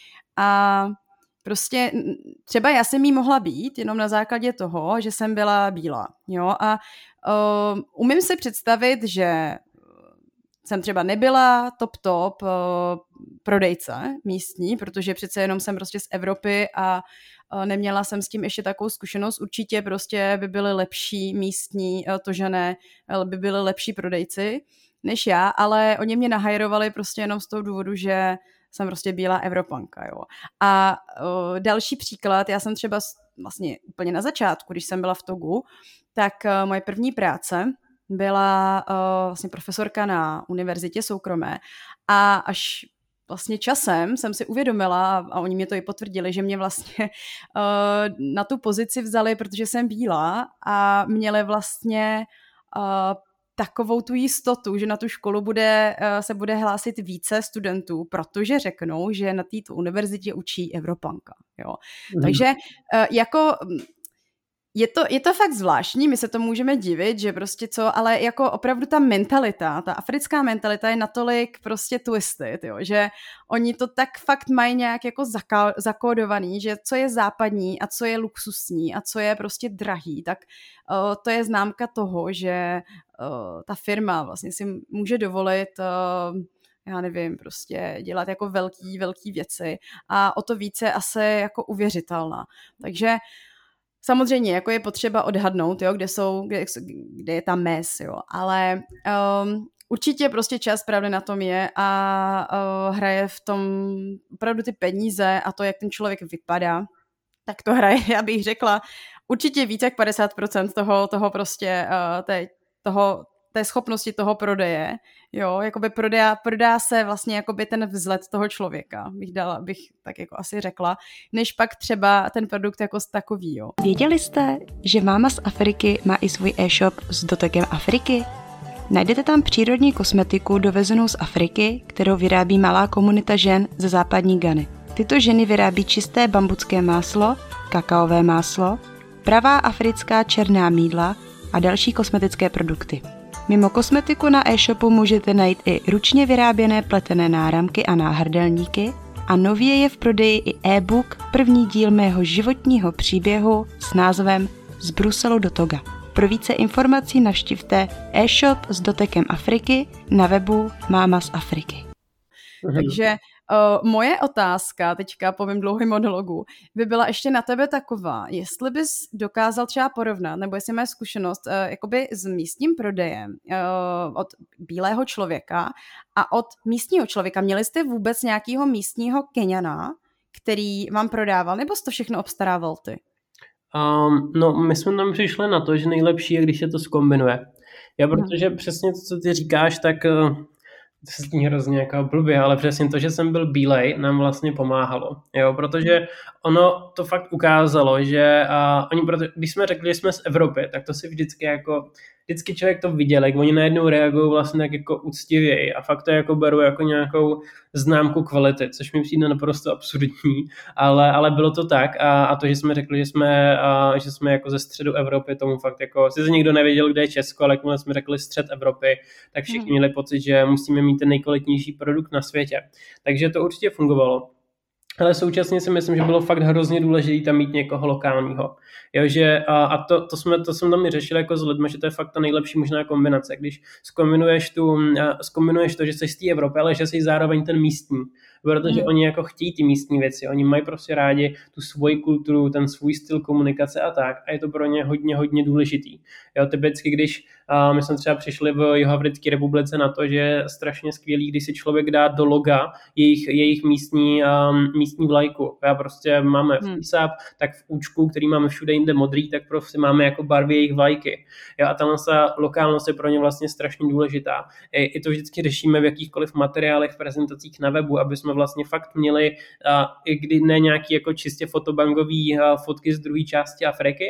a prostě třeba já jsem jí mohla být jenom na základě toho, že jsem byla bílá, jo, a uh, umím si představit, že jsem třeba nebyla top top uh, prodejce místní, protože přece jenom jsem prostě z Evropy a uh, neměla jsem s tím ještě takovou zkušenost. Určitě prostě by byly lepší místní uh, tožané, uh, by byly lepší prodejci než já, ale oni mě nahajrovali prostě jenom z toho důvodu, že jsem prostě bílá Evropanka, jo. A uh, další příklad, já jsem třeba vlastně úplně na začátku, když jsem byla v Togu, tak uh, moje první práce byla uh, vlastně profesorka na univerzitě soukromé a až vlastně časem jsem si uvědomila, a oni mě to i potvrdili, že mě vlastně uh, na tu pozici vzali, protože jsem bílá a měli vlastně uh, takovou tu jistotu, že na tu školu bude, uh, se bude hlásit více studentů, protože řeknou, že na této univerzitě učí Evropanka. Jo. Mm. Takže uh, jako... Je to, je to fakt zvláštní, my se to můžeme divit, že prostě co, ale jako opravdu ta mentalita, ta africká mentalita je natolik prostě twisted, jo, že oni to tak fakt mají nějak jako zaka- zakódovaný, že co je západní a co je luxusní a co je prostě drahý, tak uh, to je známka toho, že uh, ta firma vlastně si může dovolit uh, já nevím, prostě dělat jako velký, velký věci a o to více asi jako uvěřitelná. Takže samozřejmě, jako je potřeba odhadnout, jo, kde jsou, kde, kde je ta mez, jo, ale um, určitě prostě čas pravdy na tom je a uh, hraje v tom opravdu ty peníze a to, jak ten člověk vypadá, tak to hraje, já bych řekla, určitě více jak padesát procent toho, toho prostě, uh, té, toho, té schopnosti toho prodeje, jo, jakoby prodá, prodá se vlastně jakoby ten vzhled toho člověka, bych dala, bych tak jako asi řekla, než pak třeba ten produkt jako takový, jo. Věděli jste, že máma z Afriky má i svůj e-shop s dotekem Afriky? Najdete tam přírodní kosmetiku dovezenou z Afriky, kterou vyrábí malá komunita žen ze západní Ghany. Tyto ženy vyrábí čisté bambucké máslo, kakaové máslo, pravá africká černá mýdla a další kosmetické produkty. Mimo kosmetiku na e-shopu můžete najít i ručně vyráběné pletené náramky a náhrdelníky, A nově je v prodeji i e-book, první díl mého životního příběhu s názvem Z Bruselu do Toga. Pro více informací navštivte e-shop s dotekem Afriky na webu Máma z Afriky. Mhm. Takže uh, moje otázka, teďka po mém dlouhém monologu, by byla ještě na tebe taková, jestli bys dokázal třeba porovnat, nebo jestli máš zkušenost uh, jakoby s místním prodejem uh, od bílého člověka a od místního člověka. Měli jste vůbec nějakého místního Keňana, který vám prodával, nebo jsi to všechno obstarával ty? Um, no, my jsme tam přišli na to, že nejlepší je, když se to zkombinuje. Já, protože hmm. přesně to, co ty říkáš, tak uh, to se zní hrozně jako blbě, ale přesně to, že jsem byl bílej, nám vlastně pomáhalo. Jo, protože ono to fakt ukázalo, že uh, oni, proto, když jsme řekli, že jsme z Evropy, tak to si vždycky jako, vždycky člověk to viděl, jak oni najednou reagují vlastně tak jako úctivěji a fakt to jako beru jako nějakou známku kvality, což mi přijde naprosto absurdní, ale, ale bylo to tak a, a to, že jsme řekli, že jsme, a, že jsme jako ze středu Evropy, tomu fakt jako, sice nikdo nevěděl, kde je Česko, ale jakmile jsme řekli střed Evropy, tak všichni měli pocit, že musíme mít ten nejkvalitnější produkt na světě. Takže to určitě fungovalo. Ale současně si myslím, že bylo fakt hrozně důležité tam mít někoho lokálního. Jo, že, a a to, to, jsme, to jsem tam i řešil jako s lidmi, že to je fakt ta nejlepší možná kombinace. Když zkombinuješ, tu, zkombinuješ to, že jsi z té Evropy, ale že jsi zároveň ten místní. Protože mm. oni jako chtějí ty místní věci. Oni mají prostě rádi tu svoji kulturu, ten svůj styl komunikace a tak. A je to pro ně hodně, hodně důležitý. Jo, typicky, když uh, my jsme třeba přišli v Jihoafrické republice na to, že je strašně skvělý, když si člověk dá do loga jejich, jejich místní, um, místní vlajku. Já prostě máme v FaceApp, tak v účku, který máme všude jinde modrý, tak prostě máme jako barvy jejich vlajky. Jo, a tahle lokálnost je pro ně vlastně strašně důležitá. I, i to vždycky řešíme v jakýchkoliv materiálech, prezentacích na webu, aby jsme vlastně fakt měli, uh, i kdy ne nějaký jako čistě fotobankový uh, fotky z druhé části Afriky,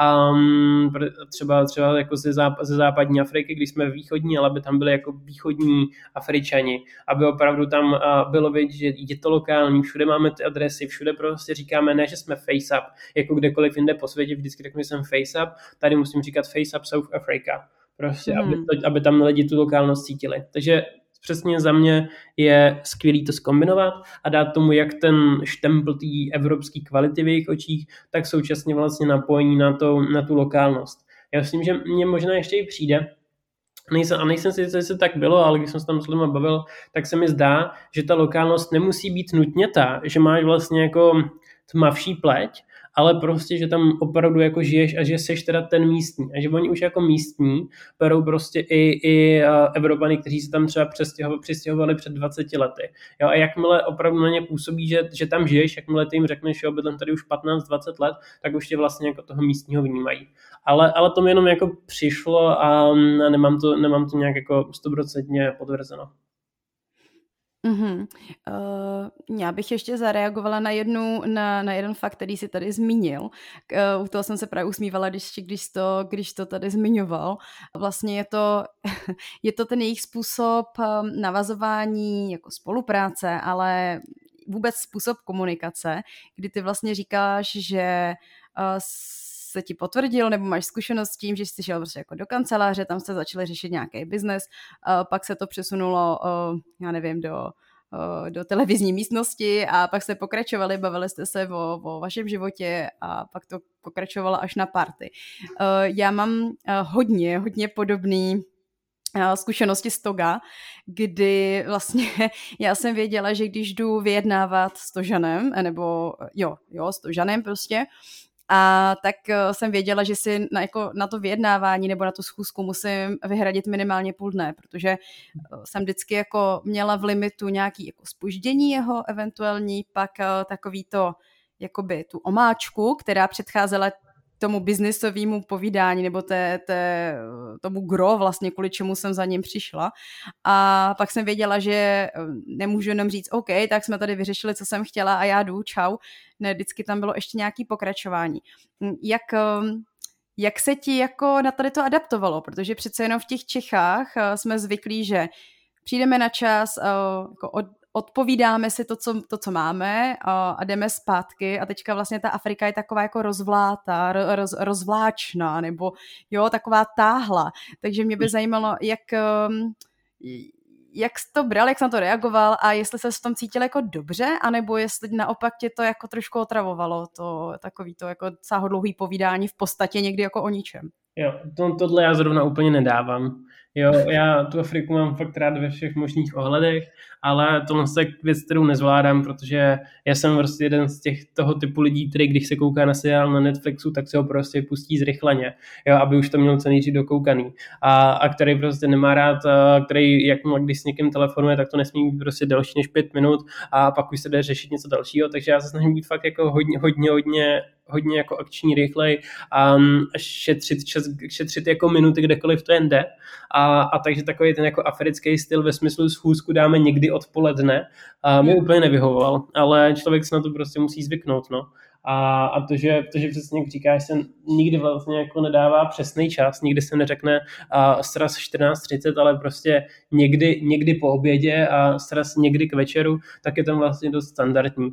um, třeba, třeba jako ze, záp- ze západní Afriky, když jsme východní, ale aby tam byli jako východní Afričani, aby opravdu tam uh, bylo vidět, že je to lokální, všude máme ty adresy, všude prostě říkáme, ne, že jsme FaceApp, jako kdekoliv jinde po světě, vždycky řeknu, že jsem FaceApp, tady musím říkat FaceApp South Africa, prostě, mm. aby, to, aby tam lidi tu lokálnost cítili. Takže přesně za mě je skvělý to zkombinovat a dát tomu jak ten štempl té evropské kvality v jejich očích, tak současně vlastně napojení na, to, na tu lokálnost. Já myslím, že mě možná ještě i přijde, nejsem, a nejsem si, jestli tak bylo, ale když jsem se tam s lidmi bavil, tak se mi zdá, že ta lokálnost nemusí být nutně ta, že máš vlastně jako tmavší pleť, ale prostě, že tam opravdu jako žiješ a že seš teda ten místní. A že oni už jako místní berou prostě i, i Evropany, kteří se tam třeba přistěhovali před dvaceti lety. Jo, a jakmile opravdu na ně působí, že, že tam žiješ, jakmile ty jim řekneš, že bydlím tady už patnáct dvacet let, tak už tě vlastně jako toho místního vnímají. Ale, ale to mi jenom jako přišlo a nemám to, nemám to nějak jako stoprocentně potvrzeno. Mm-hmm. Uh, já bych ještě zareagovala na, jednu, na, na jeden fakt, který jsi tady zmínil. Uh, u toho jsem se právě usmívala, když, když, to, když to tady zmiňoval. Vlastně je to, je to ten jejich způsob um, navazování jako spolupráce, ale vůbec způsob komunikace, kdy ty vlastně říkáš, že uh, se ti potvrdil, nebo máš zkušenost s tím, že jsi šel prostě jako do kanceláře, tam jste začali řešit nějaký biznes, pak se to přesunulo, já nevím, do, do televizní místnosti a pak jste pokračovali, bavili jste se o, o vašem životě a pak to pokračovalo až na party. Já mám hodně, hodně podobný zkušenosti z Toga, kdy vlastně já jsem věděla, že když jdu vyjednávat s Tožanem, nebo jo, jo, s Tožanem prostě, a tak jsem věděla, že si na, jako, na to vyjednávání nebo na tu schůzku musím vyhradit minimálně půl dne, protože jsem vždycky jako měla v limitu nějaký jako zpoždění jeho eventuální, pak takový to, jakoby tu omáčku, která předcházela tomu biznisovému povídání nebo té, té, tomu gro vlastně, kvůli čemu jsem za ním přišla. A pak jsem věděla, že nemůžu jenom říct OK, tak jsme tady vyřešili, co jsem chtěla a já jdu, čau. Ne, vždycky tam bylo ještě nějaké pokračování. Jak, jak se ti jako na tady to adaptovalo? Protože přece jenom v těch Čechách jsme zvyklí, že přijdeme na čas, jako od odpovídáme si to, co, to, co máme a, a jdeme zpátky a teďka vlastně ta Afrika je taková jako rozvlátá, roz, rozvláčná nebo jo, taková táhla. Takže mě by zajímalo, jak, jak jsi to bral, jak jsi na to reagoval a jestli se v tom cítil jako dobře, anebo jestli naopak tě to jako trošku otravovalo, to takový to jako sáhodlouhý povídání v podstatě někdy jako o ničem. Jo, to, tohle já zrovna úplně nedávám. Jo, já tu Afriku mám fakt rád ve všech možných ohledech, ale tohle je věc, kterou nezvládám, protože já jsem prostě jeden z těch toho typu lidí, který když se kouká na seriál na Netflixu, tak se ho prostě pustí zrychleně, jo, aby už to měl co nejdřív dokoukaný. A, a který prostě nemá rád, který, jak když s někým telefonuje, tak to nesmí být prostě delší než pět minut a pak už se jde řešit něco dalšího, takže já se snažím být fakt jako hodně, hodně, hodně hodně jako akční, rychlej a šetřit, čas, šetřit jako minuty kdekoliv to jen jde. A, a takže takový ten jako africký styl ve smyslu schůzku dáme někdy odpoledne a mi úplně nevyhovoval, ale člověk se na to prostě musí zvyknout, no. A, a to, že, to, že přesně jak říkáš, se nikdy vlastně jako nedává přesný čas, nikdy se neřekne uh, sraz čtrnáct třicet, ale prostě někdy, někdy po obědě a sraz někdy k večeru, tak je tam vlastně dost standardní.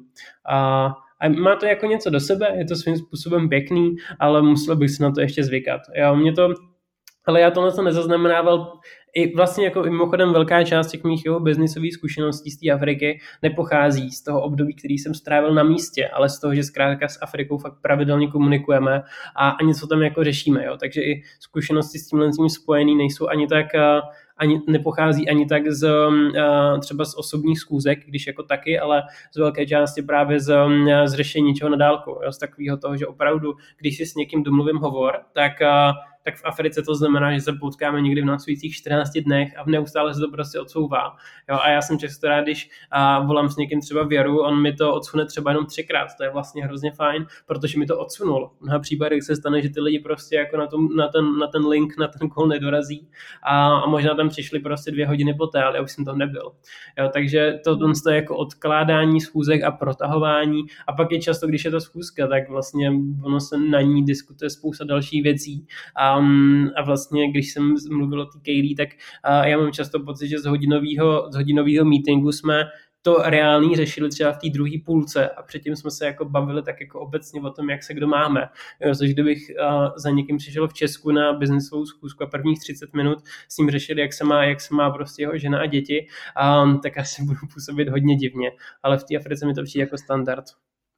A A má to jako něco do sebe, je to svým způsobem pěkný, ale musel bych se na to ještě zvykat. Jo, mě to, ale já tohle jsem nezaznamenával. I vlastně jako mimochodem velká část těch mých jeho biznisových zkušeností z té Afriky nepochází z toho období, který jsem strávil na místě, ale z toho, že zkrátka s Afrikou fakt pravidelně komunikujeme a, a něco tam jako řešíme. Jo. Takže i zkušenosti s tímhle tím spojený nejsou ani tak... ani nepochází ani tak z uh, třeba z osobních schůzek, když jako taky, ale z velké části právě z, uh, z řešení něčeho na dálku. Jo? Z takového toho, že opravdu, když si s někým domluvím hovor, tak, uh, tak v Africe to znamená, že se potkáme někdy v následujících čtrnácti dnech a neustále se to prostě odsouvá. Jo? A já jsem často rád, když uh, volám s někým třeba v Jaru, on mi to odsune třeba jenom třikrát. To je vlastně hrozně fajn, protože mi to odsunul. V mnoha případech se stane, že ty lidi prostě jako na, tom, na, ten, na ten link, na ten call nedorazí a, a možná tam přišli prostě dvě hodiny poté, ale já už jsem tam nebyl. Jo, takže to, to je jako odkládání schůzek a protahování a pak je často, když je to schůzka, tak vlastně ono se na ní diskutuje spousta dalších věcí a, a vlastně, když jsem mluvil o té Kaylee, tak a já mám často pocit, že z hodinového, z hodinového meetingu jsme to reálný řešili třeba v té druhé půlce a předtím jsme se jako bavili tak jako obecně o tom, jak se kdo máme. Jo, což kdybych uh, za někým přišel v Česku na biznesovou schůzku a prvních třicet minut s ním řešili, jak se má, jak se má prostě jeho žena a děti, um, tak asi budu působit hodně divně. Ale v té Africe mi to přijde jako standard.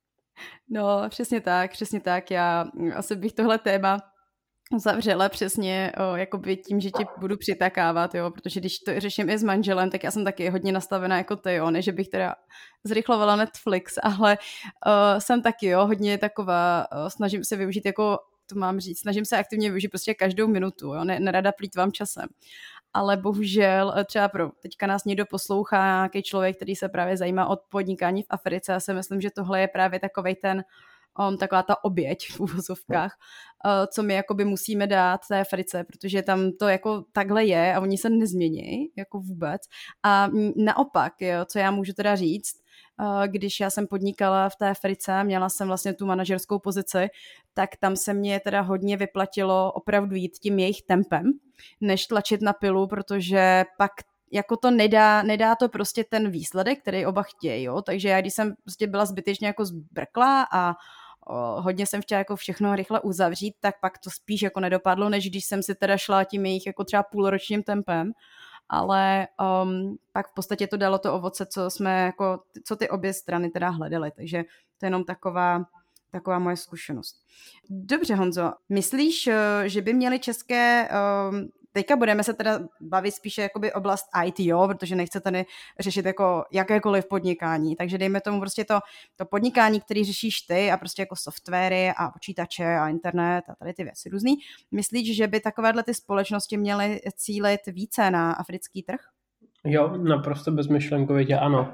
No, přesně tak, přesně tak. Já asi bych tohle téma zavřela přesně o, jakoby tím, že ti budu přitakávat, jo, protože když to řeším i s manželem, tak já jsem taky hodně nastavená jako ty, jo, ne, že bych teda zrychlovala Netflix, ale uh, jsem taky, jo, hodně taková, uh, snažím se využít jako, to mám říct, snažím se aktivně využít prostě každou minutu, jo, ne, nerada plýtvám časem. Ale bohužel třeba pro teďka nás někdo poslouchá, nějaký člověk, který se právě zajímá o podnikání v Africe, já si myslím, že tohle je právě takovej ten Um, taková ta oběť v uvozovkách, uh, co my jakoby musíme dát té Africe, protože tam to jako takhle je a oni se nezmění jako vůbec. A naopak, jo, co já můžu teda říct, uh, když já jsem podnikala v té Africe, měla jsem vlastně tu manažerskou pozici, tak tam se mě teda hodně vyplatilo opravdu jít tím jejich tempem, než tlačit na pilu, protože pak jako to nedá, nedá to prostě ten výsledek, který oba chtějí, jo, takže já když jsem prostě byla zbytečně jako zbrklá a o, hodně jsem chtěla jako všechno rychle uzavřít, tak pak to spíš jako nedopadlo, než když jsem si teda šla tím jejich jako třeba půlročním tempem, ale um, pak v podstatě to dalo to ovoce, co jsme jako, co ty obě strany teda hledaly, takže to je jenom taková taková moje zkušenost. Dobře, Honzo, myslíš, že by měly české um, teďka budeme se teda bavit spíše jakoby oblast í té, jo, protože nechce tady řešit jako jakékoliv podnikání, takže dejme tomu prostě to, to podnikání, který řešíš ty a prostě jako softwary a počítače a internet a tady ty věci různý. Myslíš, že by takovéhle ty společnosti měly cílit více na africký trh? Jo, naprosto bezmyšlenkovitě ano.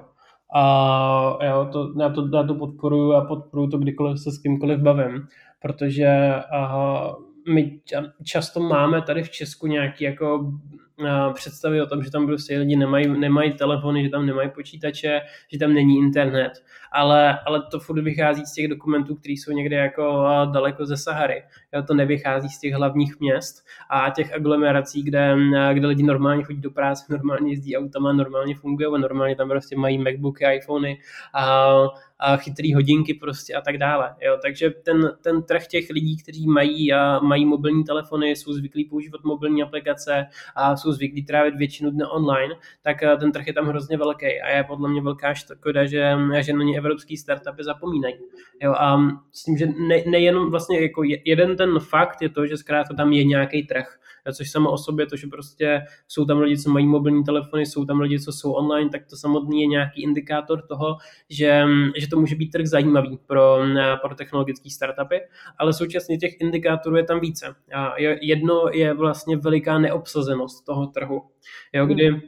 A jo, to, já, to, já to podporuju a podporuju to kdykoliv se s kýmkoliv bavím, protože aha, my často máme tady v Česku nějaké jako představy o tom, že tam prostě lidi nemají, nemají telefony, že tam nemají počítače, že tam není internet. Ale, ale to furt vychází z těch dokumentů, které jsou někde jako daleko ze Sahary. Jo, to nevychází z těch hlavních měst a těch aglomerací, kde, kde lidi normálně chodí do práce, normálně jezdí autama, normálně fungují a normálně tam prostě mají Macbooky, iPhony a a chytrý hodinky prostě a tak dále. Jo. Takže ten, ten trh těch lidí, kteří mají, a mají mobilní telefony, jsou zvyklí používat mobilní aplikace a jsou zvyklí trávit většinu dne online, tak ten trh je tam hrozně velký a je podle mě velká škoda, že, že na ně evropský startupy zapomínají. Jo. A s tím, že ne, nejenom vlastně jako jeden ten fakt je to, že zkrátka tam je nějaký trh, což samo o sobě to, že prostě jsou tam lidi, co mají mobilní telefony, jsou tam lidi, co jsou online, tak to samotný je nějaký indikátor toho, že, že to může být trh zajímavý pro, pro technologické startupy, ale současně těch indikátorů je tam více. A jedno je vlastně veliká neobsazenost toho trhu, jo, kdy uh,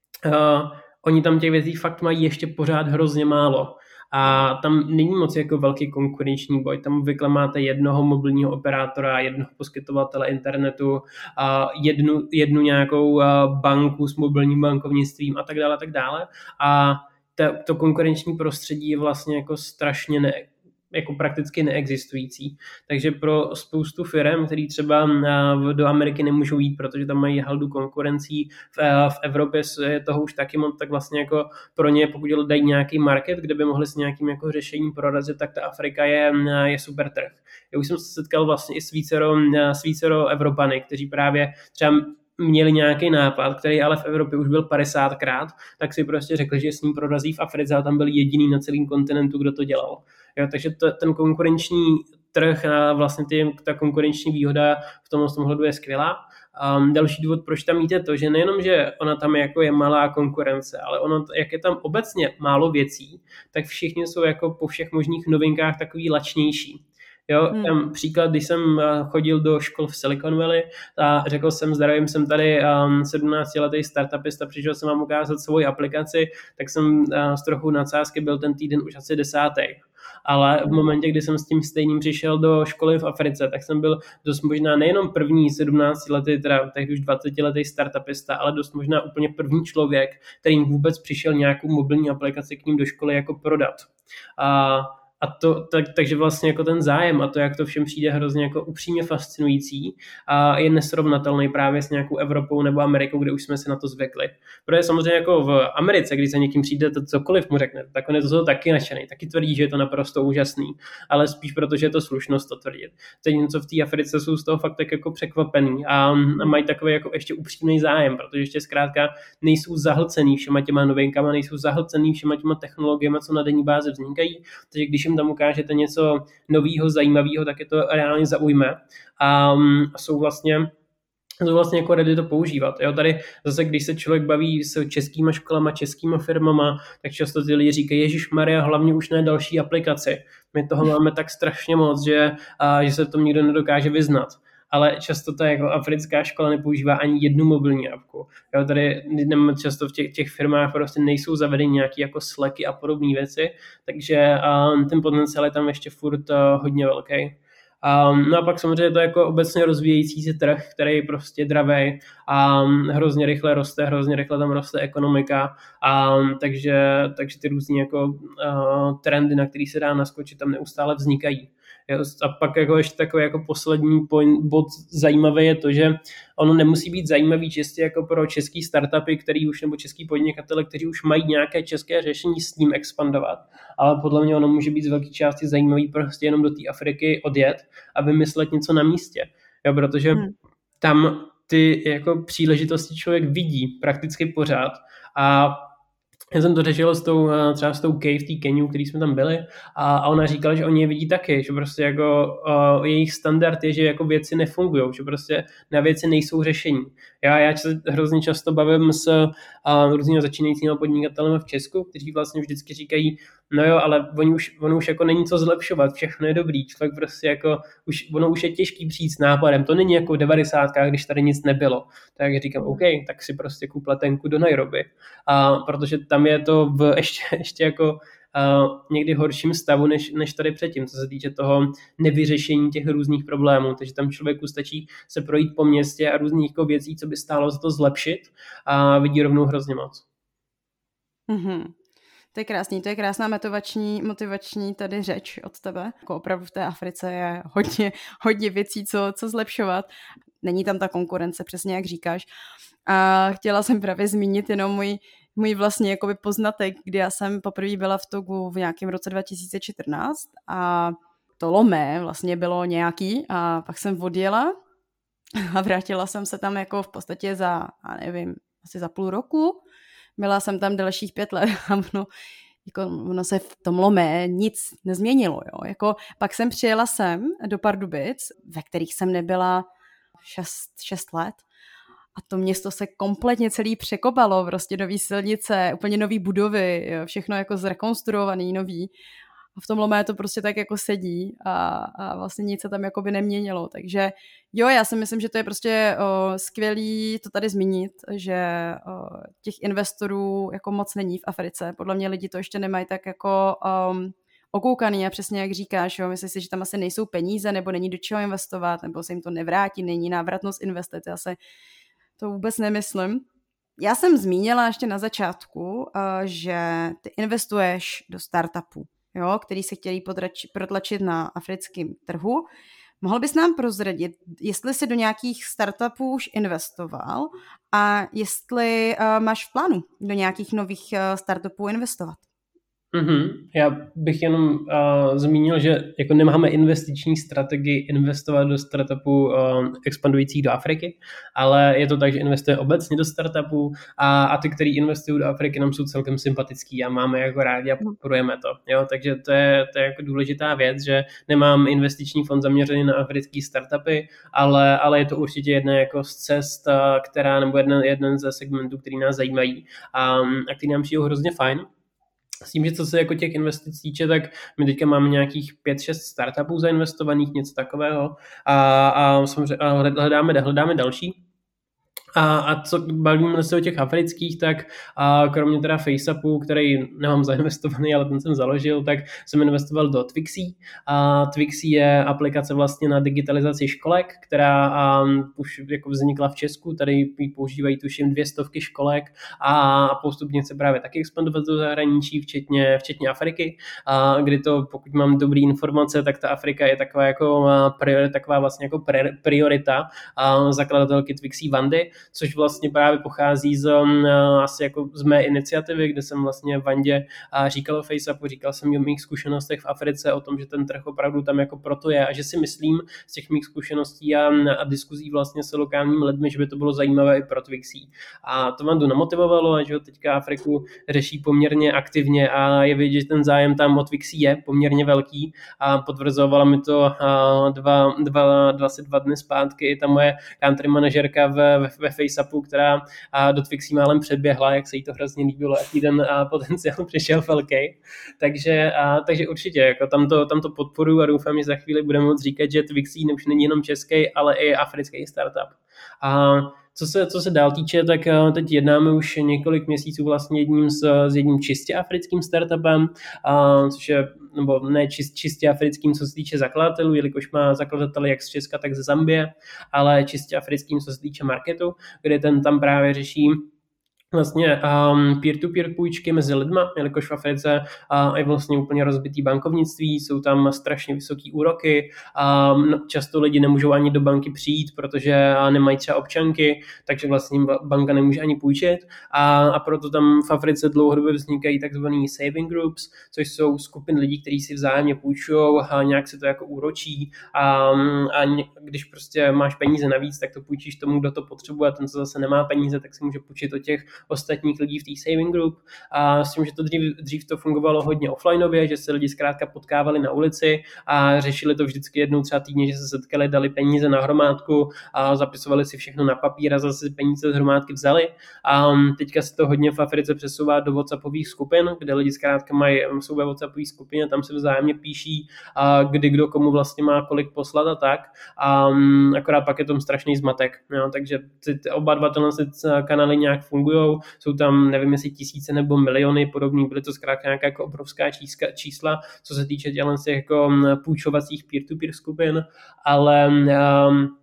oni tam těch věcí fakt mají ještě pořád hrozně málo. A tam není moc jako velký konkurenční boj. Tam obvykle máte jednoho mobilního operátora, jednoho poskytovatele internetu, a jednu, jednu nějakou banku s mobilním bankovnictvím a tak dále, a tak dále. A to, to konkurenční prostředí je vlastně jako strašně ne, jako prakticky neexistující. Takže pro spoustu firem, který třeba do Ameriky nemůžou jít, protože tam mají haldu konkurencí, v, v Evropě je toho už taky moc, tak vlastně jako pro ně, pokud dají nějaký market, kde by mohli s nějakým jako řešením prorazit, tak ta Afrika je, je super trh. Já už jsem se setkal vlastně i s vícero, s vícero Evropany, kteří právě třeba měli nějaký nápad, který ale v Evropě už byl padesátkrát, tak si prostě řekli, že s ním prorazí v Africe a tam byl jediný na celém kontinentu, kdo to dělal. Jo, takže to, ten konkurenční trh a vlastně ty, ta konkurenční výhoda v tom ohledu je skvělá. Um, další důvod, proč tam mít je to, že nejenom, že ona tam jako je malá konkurence, ale ono, jak je tam obecně málo věcí, tak všichni jsou jako po všech možných novinkách takový lačnější. Jo, hmm. tam příklad, když jsem chodil do škol v Silicon Valley a řekl jsem, zdravím, jsem tady um, sedmnáctiletý startupista, přišel jsem vám ukázat svoji aplikaci, tak jsem uh, z trochu nadsázky byl ten týden už asi desátý. Ale v momentě, kdy jsem s tím stejným přišel do školy v Africe, tak jsem byl dost možná nejenom první sedmnáctiletý, teda tehdy už dvacetiletý startupista, ale dost možná úplně první člověk, který vůbec přišel nějakou mobilní aplikaci k ním do školy jako prodat. A A to, tak, takže vlastně jako ten zájem a to, jak to všem přijde hrozně jako upřímně fascinující a je nesrovnatelný právě s nějakou Evropou nebo Amerikou, kde už jsme si na to zvykli. Protože samozřejmě jako v Americe, když se někým přijde, to cokoliv mu řekne, tak on je to toho taky nadšený, taky tvrdí, že je to naprosto úžasný, ale spíš protože je to slušnost to tvrdit. Zatímco v té Africe jsou z toho fakt tak jako překvapený a, a mají takový jako ještě upřímný zájem, protože ještě zkrátka nejsou zahlcený všema těma novinkama, nejsou zahlcený všema těma technologiemi, co na denní bázi vznikají, takže když tam ukážete něco nového, zajímavého, tak je to reálně zaujme a, a jsou vlastně jsou vlastně jako ready to používat. Jo, tady zase, když se člověk baví s českýma školama, českýma firmama, tak často ty lidi říkají, ježišmarja, hlavně už ne další aplikaci. My toho máme tak strašně moc, že, a, že se v tom nikdo nedokáže vyznat. Ale často ta jako africká škola nepoužívá ani jednu mobilní apku. Jo, tady často v těch, těch firmách prostě nejsou zavedeny nějaké jako Slacky a podobné věci, takže um, ten potenciál je tam ještě furt uh, hodně velký. Um, no a pak samozřejmě to je jako obecně rozvíjející se trh, který je prostě dravej a um, hrozně rychle roste, hrozně rychle tam roste ekonomika, um, takže, takže ty různý jako uh, trendy, na který se dá naskočit, tam neustále vznikají. A pak jako ještě takový jako poslední point, bod zajímavý je to, že ono nemusí být zajímavý čistě jako pro český startupy, který už, nebo český podnikatele, kteří už mají nějaké české řešení s ním expandovat, ale podle mě ono může být z velké části zajímavý prostě jenom do té Afriky odjet a vymyslet něco na místě, jo, protože hmm. tam ty jako příležitosti člověk vidí prakticky pořád a já jsem to řešil s tou, třeba s tou Kay v té Keniu, který jsme tam byli a, a ona říkala, že oni je vidí taky, že prostě jako uh, jejich standard je, že jako věci nefungují, že prostě na věci nejsou řešení. Já, já se hrozně často bavím s uh, různými začínajícími podnikatelemi v Česku, kteří vlastně vždycky říkají, no jo, ale oni už, ono už jako není co zlepšovat, všechno je dobrý, člověk prostě jako, už, ono už je těžký přijít s nápadem, to není jako v devadesátkách, když tady nic nebylo. Tak říkám, OK, tak si prostě kup letenku do Nairobi, a, protože tam je to v ještě, ještě jako Uh, někdy horším stavu, než, než tady předtím, co se týče toho nevyřešení těch různých problémů. Takže tam člověku stačí se projít po městě a různých jako věcí, co by stálo za to zlepšit a vidí rovnou hrozně moc. Mm-hmm. To je krásný, to je krásná motivační, motivační tady řeč od tebe. Jako opravdu v té Africe je hodně, hodně věcí, co, co zlepšovat. Není tam ta konkurence, přesně jak říkáš. A chtěla jsem právě zmínit jenom můj můj vlastní jakoby poznatek, kdy já jsem poprvé byla v Togu v nějakém roce dva tisíce čtrnáct a to Lomé vlastně bylo nějaký a pak jsem odjela a vrátila jsem se tam jako v podstatě za, já nevím, asi za půl roku. Byla jsem tam dalších pět let a ono, jako, ono se v tom Lomé nic nezměnilo. Jo? Jako, pak jsem přijela sem do Pardubic, ve kterých jsem nebyla šest let. A to město se kompletně celý překopalo, prostě nový silnice, úplně nový budovy, jo, všechno jako zrekonstruovaný, nový. A v tom Lomé to prostě tak jako sedí a, a vlastně nic se tam jako by neměnilo. Takže jo, já si myslím, že to je prostě o, skvělý to tady zmínit, že o, těch investorů jako moc není v Africe. Podle mě lidi to ještě nemají tak jako um, okoukaný a přesně jak říkáš, jo, myslíš si, že tam asi nejsou peníze nebo není do čeho investovat, nebo se jim to nevrátí, není návratnost investic. Já se to vůbec nemyslím. Já jsem zmínila ještě na začátku, že ty investuješ do startupů, jo, který se chtějí podrač- protlačit na africkém trhu. Mohl bys nám prozradit, jestli jsi do nějakých startupů už investoval a jestli uh, máš v plánu do nějakých nových uh, startupů investovat? Mm-hmm. Já bych jenom uh, zmínil, že jako nemáme investiční strategii investovat do startupů uh, expandujících do Afriky, ale je to tak, že investuje obecně do startupů a, a ty, kteří investují do Afriky, nám jsou celkem sympatický a máme jako rádi a podporujeme to. Jo? Takže to je, to je jako důležitá věc, že nemám investiční fond zaměřený na africké startupy, ale, ale je to určitě jedna jako z cest, která, nebo jeden, jeden ze segmentů, který nás zajímají a, a který nám přijdou hrozně fajn. S tím, že co se jako těch investic týče, tak my teďka máme nějakých pět šest startupů zainvestovaných, něco takového a, a, a hledáme, hledáme další. A, a co bavíme se o těch afrických, tak a kromě teda FaceAppu, který nemám zainvestovaný, ale ten jsem založil, tak jsem investoval do Twixy. A Twixy je aplikace vlastně na digitalizaci školek, která a, už jako vznikla v Česku, tady ji používají tuším dvě stovky školek a postupně se právě taky expandovat do zahraničí, včetně, včetně Afriky, a kdy to, pokud mám dobré informace, tak ta Afrika je taková jako priorita, taková vlastně jako priorita a zakladatelky Twixy Vandy, což vlastně právě pochází z, um, asi jako z mé iniciativy, kde jsem vlastně Vandě a říkal o FaceAppu, říkal jsem o mých zkušenostech v Africe, o tom, že ten trh opravdu tam jako proto je a že si myslím z těch mých zkušeností a, a diskuzí vlastně se lokálními lidmi, že by to bylo zajímavé i pro Twixy. A to Vandu namotivovalo a že teďka Afriku řeší poměrně aktivně a je vidět, že ten zájem tam o Twixy je poměrně velký a potvrzovala mi to dva, dva, dvacet dva dny zpátky i ta moje country manažerka ve, ve, ve FaceAppu, která do Twixy málem předběhla, jak se jí to hrozně líbilo, jaký ten potenciál přišel velký. Takže, a, takže určitě jako tam, to, tam to podporuji a doufám, že za chvíli budeme moct říkat, že Twixy už není jenom český, ale i africký startup. A co se, co se dál týče, tak teď jednáme už několik měsíců vlastně jedním s, s jedním čistě africkým startupem, a, což je, nebo ne čist, čistě africkým, co se týče zakladatelů, jelikož má zakladatele jak z Česka, tak ze Zambie, ale čistě africkým, co se týče marketu, kde ten tam právě řeší vlastně um, peer-to-peer půjčky mezi lidma, jelikož v Africe uh, je vlastně úplně rozbitý bankovnictví, jsou tam strašně vysoký úroky, um, často lidi nemůžou ani do banky přijít, protože uh, nemají třeba občanky, takže vlastně banka nemůže ani půjčit a, a proto tam v Africe dlouhodobě vznikají takzvaný saving groups, což jsou skupiny lidí, kteří si vzájemně půjčují a nějak se to jako úročí a, a když prostě máš peníze navíc, tak to půjčíš tomu, kdo to potřebuje a ten, co zase nemá peníze, tak si může půjčit od těch ostatních lidí v té saving group a s tím, že to dřív, dřív to fungovalo hodně offlineově, že se lidi zkrátka potkávali na ulici a řešili to vždycky jednou třeba týdně, že se setkali, dali peníze na hromádku a zapisovali si všechno na papír a zase peníze z hromádky vzali a teďka se to hodně v Africe přesouvá do WhatsAppových skupin, kde lidi zkrátka mají, jsou ve WhatsAppových skupině, tam se vzájemně píší, a kdy kdo komu vlastně má kolik poslat a tak a akorát pak je tom strašný zmatek, jo, takže ty, ty oba dva tyhle kanály nějak fungujou. Jsou tam, nevím, jestli tisíce nebo miliony podobných, byly to zkrátka nějaká jako obrovská čísla, čísla, co se týče těch jako půjčovacích peer-to-peer skupin, ale um,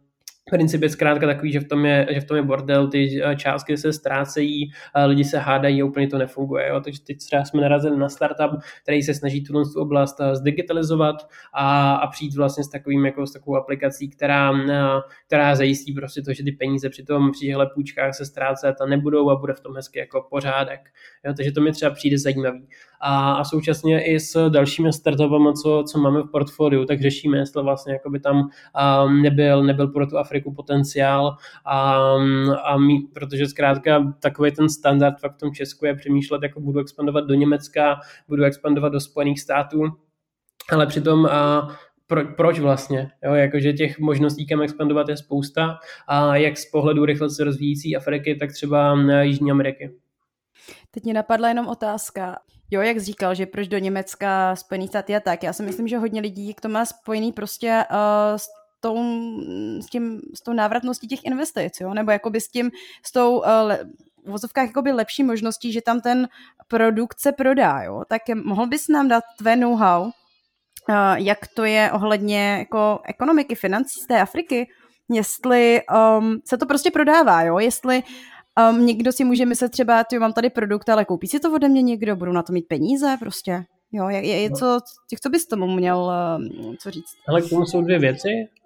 Princip je zkrátka takový, že v tom je, že v tom je bordel, ty částky se ztrácejí, lidi se hádají a úplně to nefunguje. Jo? Takže teď třeba jsme narazili na startup, který se snaží tu oblast zdigitalizovat a, a přijít vlastně s takovým, jako s takovou aplikací, která, která zajistí prostě to, že ty peníze při tom při těchto půjčkách se ztrácet a nebudou a bude v tom hezky jako pořádek. Jo? Takže to mi třeba přijde zajímavý. A, a současně i s dalšími startupami, co, co máme v portfoliu, tak řešíme, jestli vlastně jako by tam um, nebyl, nebyl pro tu Afriku potenciál a, a my, protože zkrátka takový ten standard fakt v tom Česku je přemýšlet, jako budu expandovat do Německa, budu expandovat do Spojených států, ale přitom a, pro, proč vlastně? Jo, jakože těch možností, kam expandovat je spousta a jak z pohledu rychle se rozvíjící Afriky, tak třeba Jižní Ameriky. Teď mě napadla jenom otázka. Jo, jak jsi říkal, že proč do Německa, Spojený státy a tak. Já si myslím, že hodně lidí k tomu má spojený prostě uh, s, tou, s, tím, s tou návratností těch investic, jo? Nebo jakoby s tím, s tou uh, le, v vozovkách jakoby lepší možností, že tam ten produkt se prodá, jo? Tak mohl bys nám dát tvé know-how, uh, jak to je ohledně jako ekonomiky, financí z té Afriky, jestli um, se to prostě prodává, jo? Jestli Um, někdo si může myslet třeba, ty mám tady produkt, ale koupí si to ode mě někdo, budu na to mít peníze prostě. Jo, je, je co, co bys tomu měl um, co říct? Ale k tomu jsou dvě věci.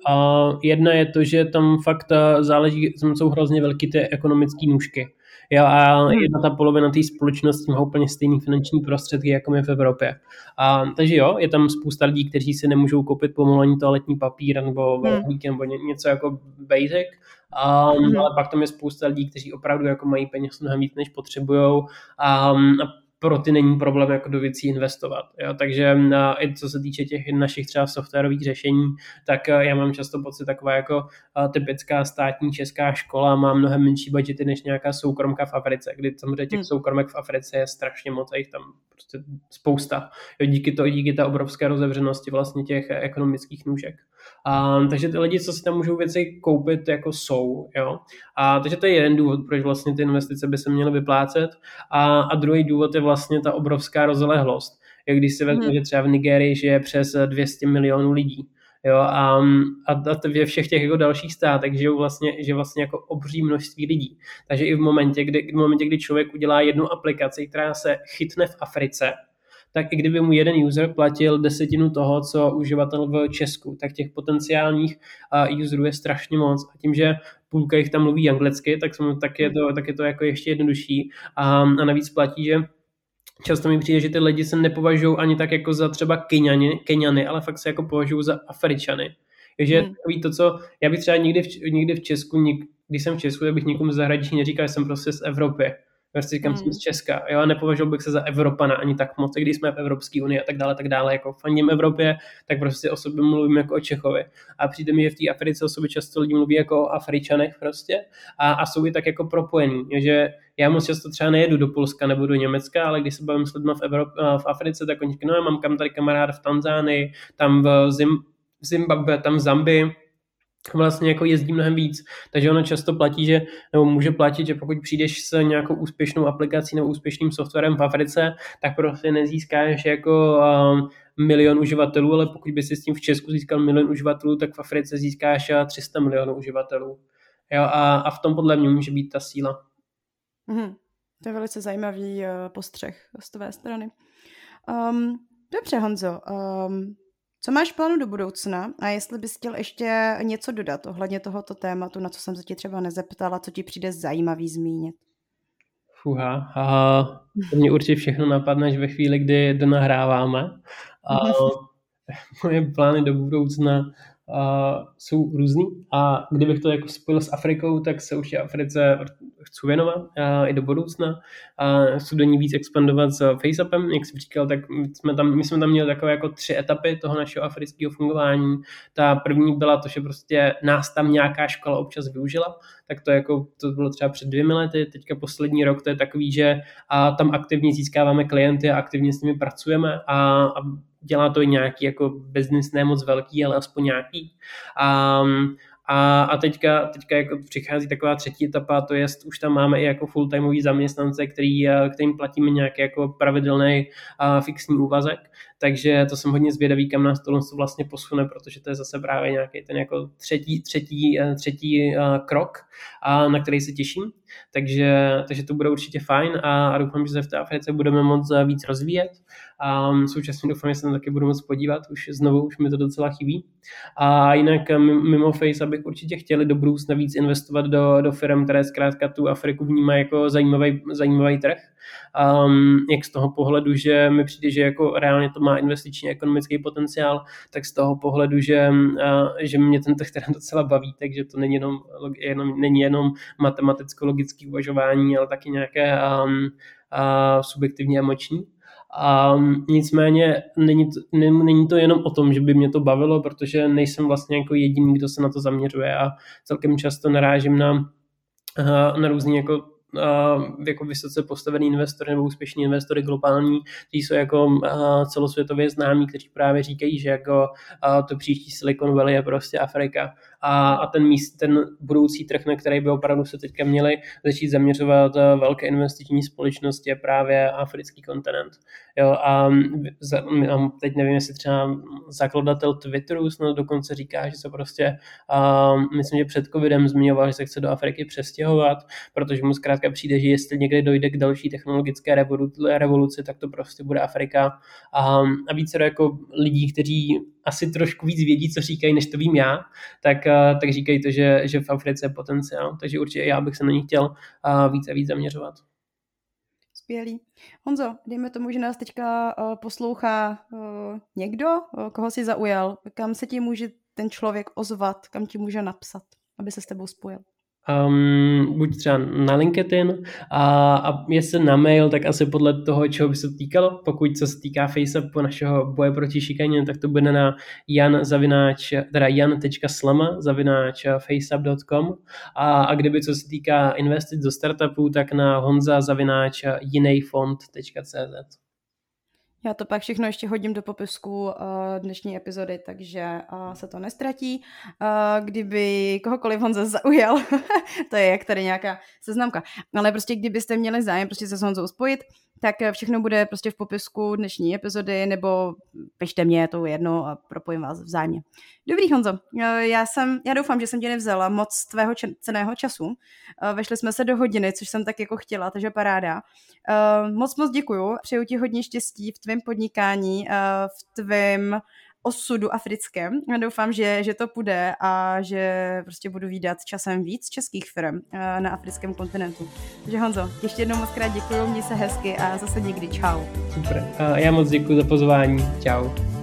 A jedna je to, že tam fakt záleží, jsou hrozně velké ty ekonomické nůžky. Jo, a jedna ta polovina té společnosti má úplně stejný finanční prostředky, jako my v Evropě. A, takže jo, je tam spousta lidí, kteří si nemůžou koupit pomalu ani toaletní papír nebo velký, nebo ně, něco jako basic. Um, mm. Ale pak tam je spousta lidí, kteří opravdu jako mají peněz mnohem víc, než potřebujou a, a pro ty není problém jako do věcí investovat. Jo? Takže a, i co se týče těch našich třeba softwarových řešení, tak a, já mám často pocit taková jako a, typická státní česká škola má mnohem menší budgety než nějaká soukromka v Africe, kdy samozřejmě těch mm. soukromek v Africe je strašně moc a jich tam prostě spousta. Jo? Díky to, díky té obrovské rozevřenosti vlastně těch ekonomických nůžek. A, takže ty lidi, co si tam můžou věci koupit, jako jsou. Jo? A, takže to je jeden důvod, proč vlastně ty investice by se měly vyplácet. A, a druhý důvod je vlastně ta obrovská rozlehlost. Jo, když si vezme, hmm. že třeba v Nigérii žije přes dvě stě milionů lidí. Jo? A, a ve všech těch jako dalších státech žijou vlastně, že vlastně jako obří množství lidí. Takže i v momentě, kdy, v momentě, kdy člověk udělá jednu aplikaci, která se chytne v Africe, tak i kdyby mu jeden user platil desetinu toho, co uživatel v Česku, tak těch potenciálních uh, userů je strašně moc. A tím, že půlka jich tam mluví anglicky, tak, jsem, tak, je, to, tak je to jako ještě jednodušší. A, a navíc platí, že často mi přijde, že ty lidi se nepovažují ani tak jako za třeba Keňany, Keňany, ale fakt se jako považují za Afričany. Takže hmm. takový to, co já bych třeba nikdy v, nikdy v Česku, nik, když jsem v Česku, tak bych nikomu z zahraničí neříkal, že jsem prostě z Evropy. Prostě říkám, jsem z Česka, jo, a nepovažoval bych se za Evropana ani tak moc, když jsme v Evropské unii a tak dále, tak dále, jako fandím Evropě, tak prostě o sobě mluvím jako o Čechovi. A přijde mi, že v té Africe o sobě často lidi mluví jako o Afričanech prostě a, a jsou i tak jako propojení, že já moc často třeba nejedu do Polska nebo do Německa, ale když se bavím s lidmi v, Evrop- v Africe, tak oni říkají, no já mám kam tady kamarád v Tanzánii, tam v, Zim- v Zimbabwe, tam v Zambii, vlastně jako jezdí mnohem víc. Takže ono často platí, že, nebo může platit, že pokud přijdeš s nějakou úspěšnou aplikací nebo úspěšným softwarem v Africe, tak prostě nezískáš jako um, milion uživatelů, ale pokud by si s tím v Česku získal milion uživatelů, tak v Africe získáš tři sta milionů uživatelů. Jo, a, a v tom podle mě může být ta síla. Mm, to je velice zajímavý uh, postřeh z tvé strany. Um, dobře, Honzo. Um, Co máš plánu do budoucna a jestli bys chtěl ještě něco dodat ohledně tohoto tématu, na co jsem se ti třeba nezeptala, co ti přijde zajímavý zmínit? Fuha, a to mě určitě všechno napadne, že ve chvíli, kdy donahráváme. A moje plány do budoucna a jsou různý a kdybych to jako spojil s Afrikou, tak se určitě Africe chci věnovat a i do budoucna a chci do ní víc expandovat s FaceAppem, jak jsem říkal, tak jsme tam, my jsme tam měli takové jako tři etapy toho našeho afrického fungování. Ta první byla to, že prostě nás tam nějaká škola občas využila, tak to jako to bylo třeba před dvěmi lety, teďka poslední rok to je takový, že a tam aktivně získáváme klienty a aktivně s nimi pracujeme a, a dělá to i nějaký jako business, ne moc velký, ale aspoň nějaký. A, A, a teďka, teďka jako přichází taková třetí etapa, to je, už tam máme i jako full-timeový zaměstnance, který, kterým platíme nějaký jako pravidelný a fixní úvazek. Takže to jsem hodně zvědavý, kam nás tohle vlastně posune, protože to je zase právě nějaký ten jako třetí, třetí, třetí krok, na který se těším. Takže, takže to bude určitě fajn a, a doufám, že se v té Africe budeme moc víc rozvíjet. A současně doufám, že se tam taky budu moc podívat, už znovu, už mi to docela chybí. A jinak mimo Face bych určitě chtěli do budoucna víc investovat do, do firm, které zkrátka tu Afriku vnímají jako zajímavý, zajímavý trh. Um, jak z toho pohledu, že mi přijde, že jako reálně to má investiční ekonomický potenciál, tak z toho pohledu, že, uh, že mě ten trh teda docela baví, takže to není jenom, jenom, není jenom matematicko-logické uvažování, ale taky nějaké um, uh, subjektivně emoční. A nicméně není to, ne, není to jenom o tom, že by mě to bavilo, protože nejsem vlastně jako jediný, kdo se na to zaměřuje a celkem často narážím na, na různý jako Uh, jako vysoce postavený investory nebo úspěšní investory globální, kteří jsou jako uh, celosvětově známí, kteří právě říkají, že jako uh, to příští Silicon Valley je prostě Afrika a, a ten míst, ten budoucí trh, na který by opravdu se teďka měli začít zaměřovat uh, velké investiční společnosti, je právě africký kontinent. Jo, a, a teď nevím, jestli třeba zakladatel Twitteru snad dokonce říká, že se prostě uh, myslím, že před covidem zmiňoval, že se chce do Afriky přestěhovat, protože mu zkrátka přijde, že jestli někde dojde k další technologické revoluci, tak to prostě bude Afrika. A, a více jako lidí, kteří asi trošku víc vědí, co říkají, než to vím já, tak, tak říkají to, že, že v Africe je potenciál. Takže určitě já bych se na ní chtěl víc a víc zaměřovat. Skvělý. Honzo, dejme tomu, že nás teďka uh, poslouchá uh, někdo, uh, koho si zaujal. Kam se ti může ten člověk ozvat, kam ti může napsat, aby se s tebou spojil? Um, buď třeba na LinkedIn a, a jestli na mail, tak asi podle toho, čeho by se to týkalo. Pokud co se týká FaceUpu našeho boje proti šikaně, tak to bude na jan zavináč, teda jan.slama zavináč faceup tečka com a, a kdyby co se týká investic do startupů, tak na honza zavináč jinejfond tečka cz. Já to pak všechno ještě hodím do popisku uh, dnešní epizody, takže uh, se to nestratí. Uh, kdyby kohokoliv Honza zaujal, to je jak tady nějaká seznamka, ale prostě kdybyste měli zájem prostě se s Honzou spojit, tak všechno bude prostě v popisku dnešní epizody, nebo pište mě, to je jedno a propojím vás vzájemně. Dobrý, Honzo, já, jsem, já doufám, že jsem tě nevzala moc tvého č- cenného času. Vešli jsme se do hodiny, což jsem tak jako chtěla, takže paráda. Moc moc děkuju, přeju ti hodně štěstí v tvém podnikání, v tvém osudu africkém. Já doufám, že, že to půjde a že prostě budu vídat časem víc českých firm na africkém kontinentu. Takže Honzo, ještě jednou moc krát děkuju, měj se hezky a zase někdy čau. Super, já moc děkuji za pozvání, čau.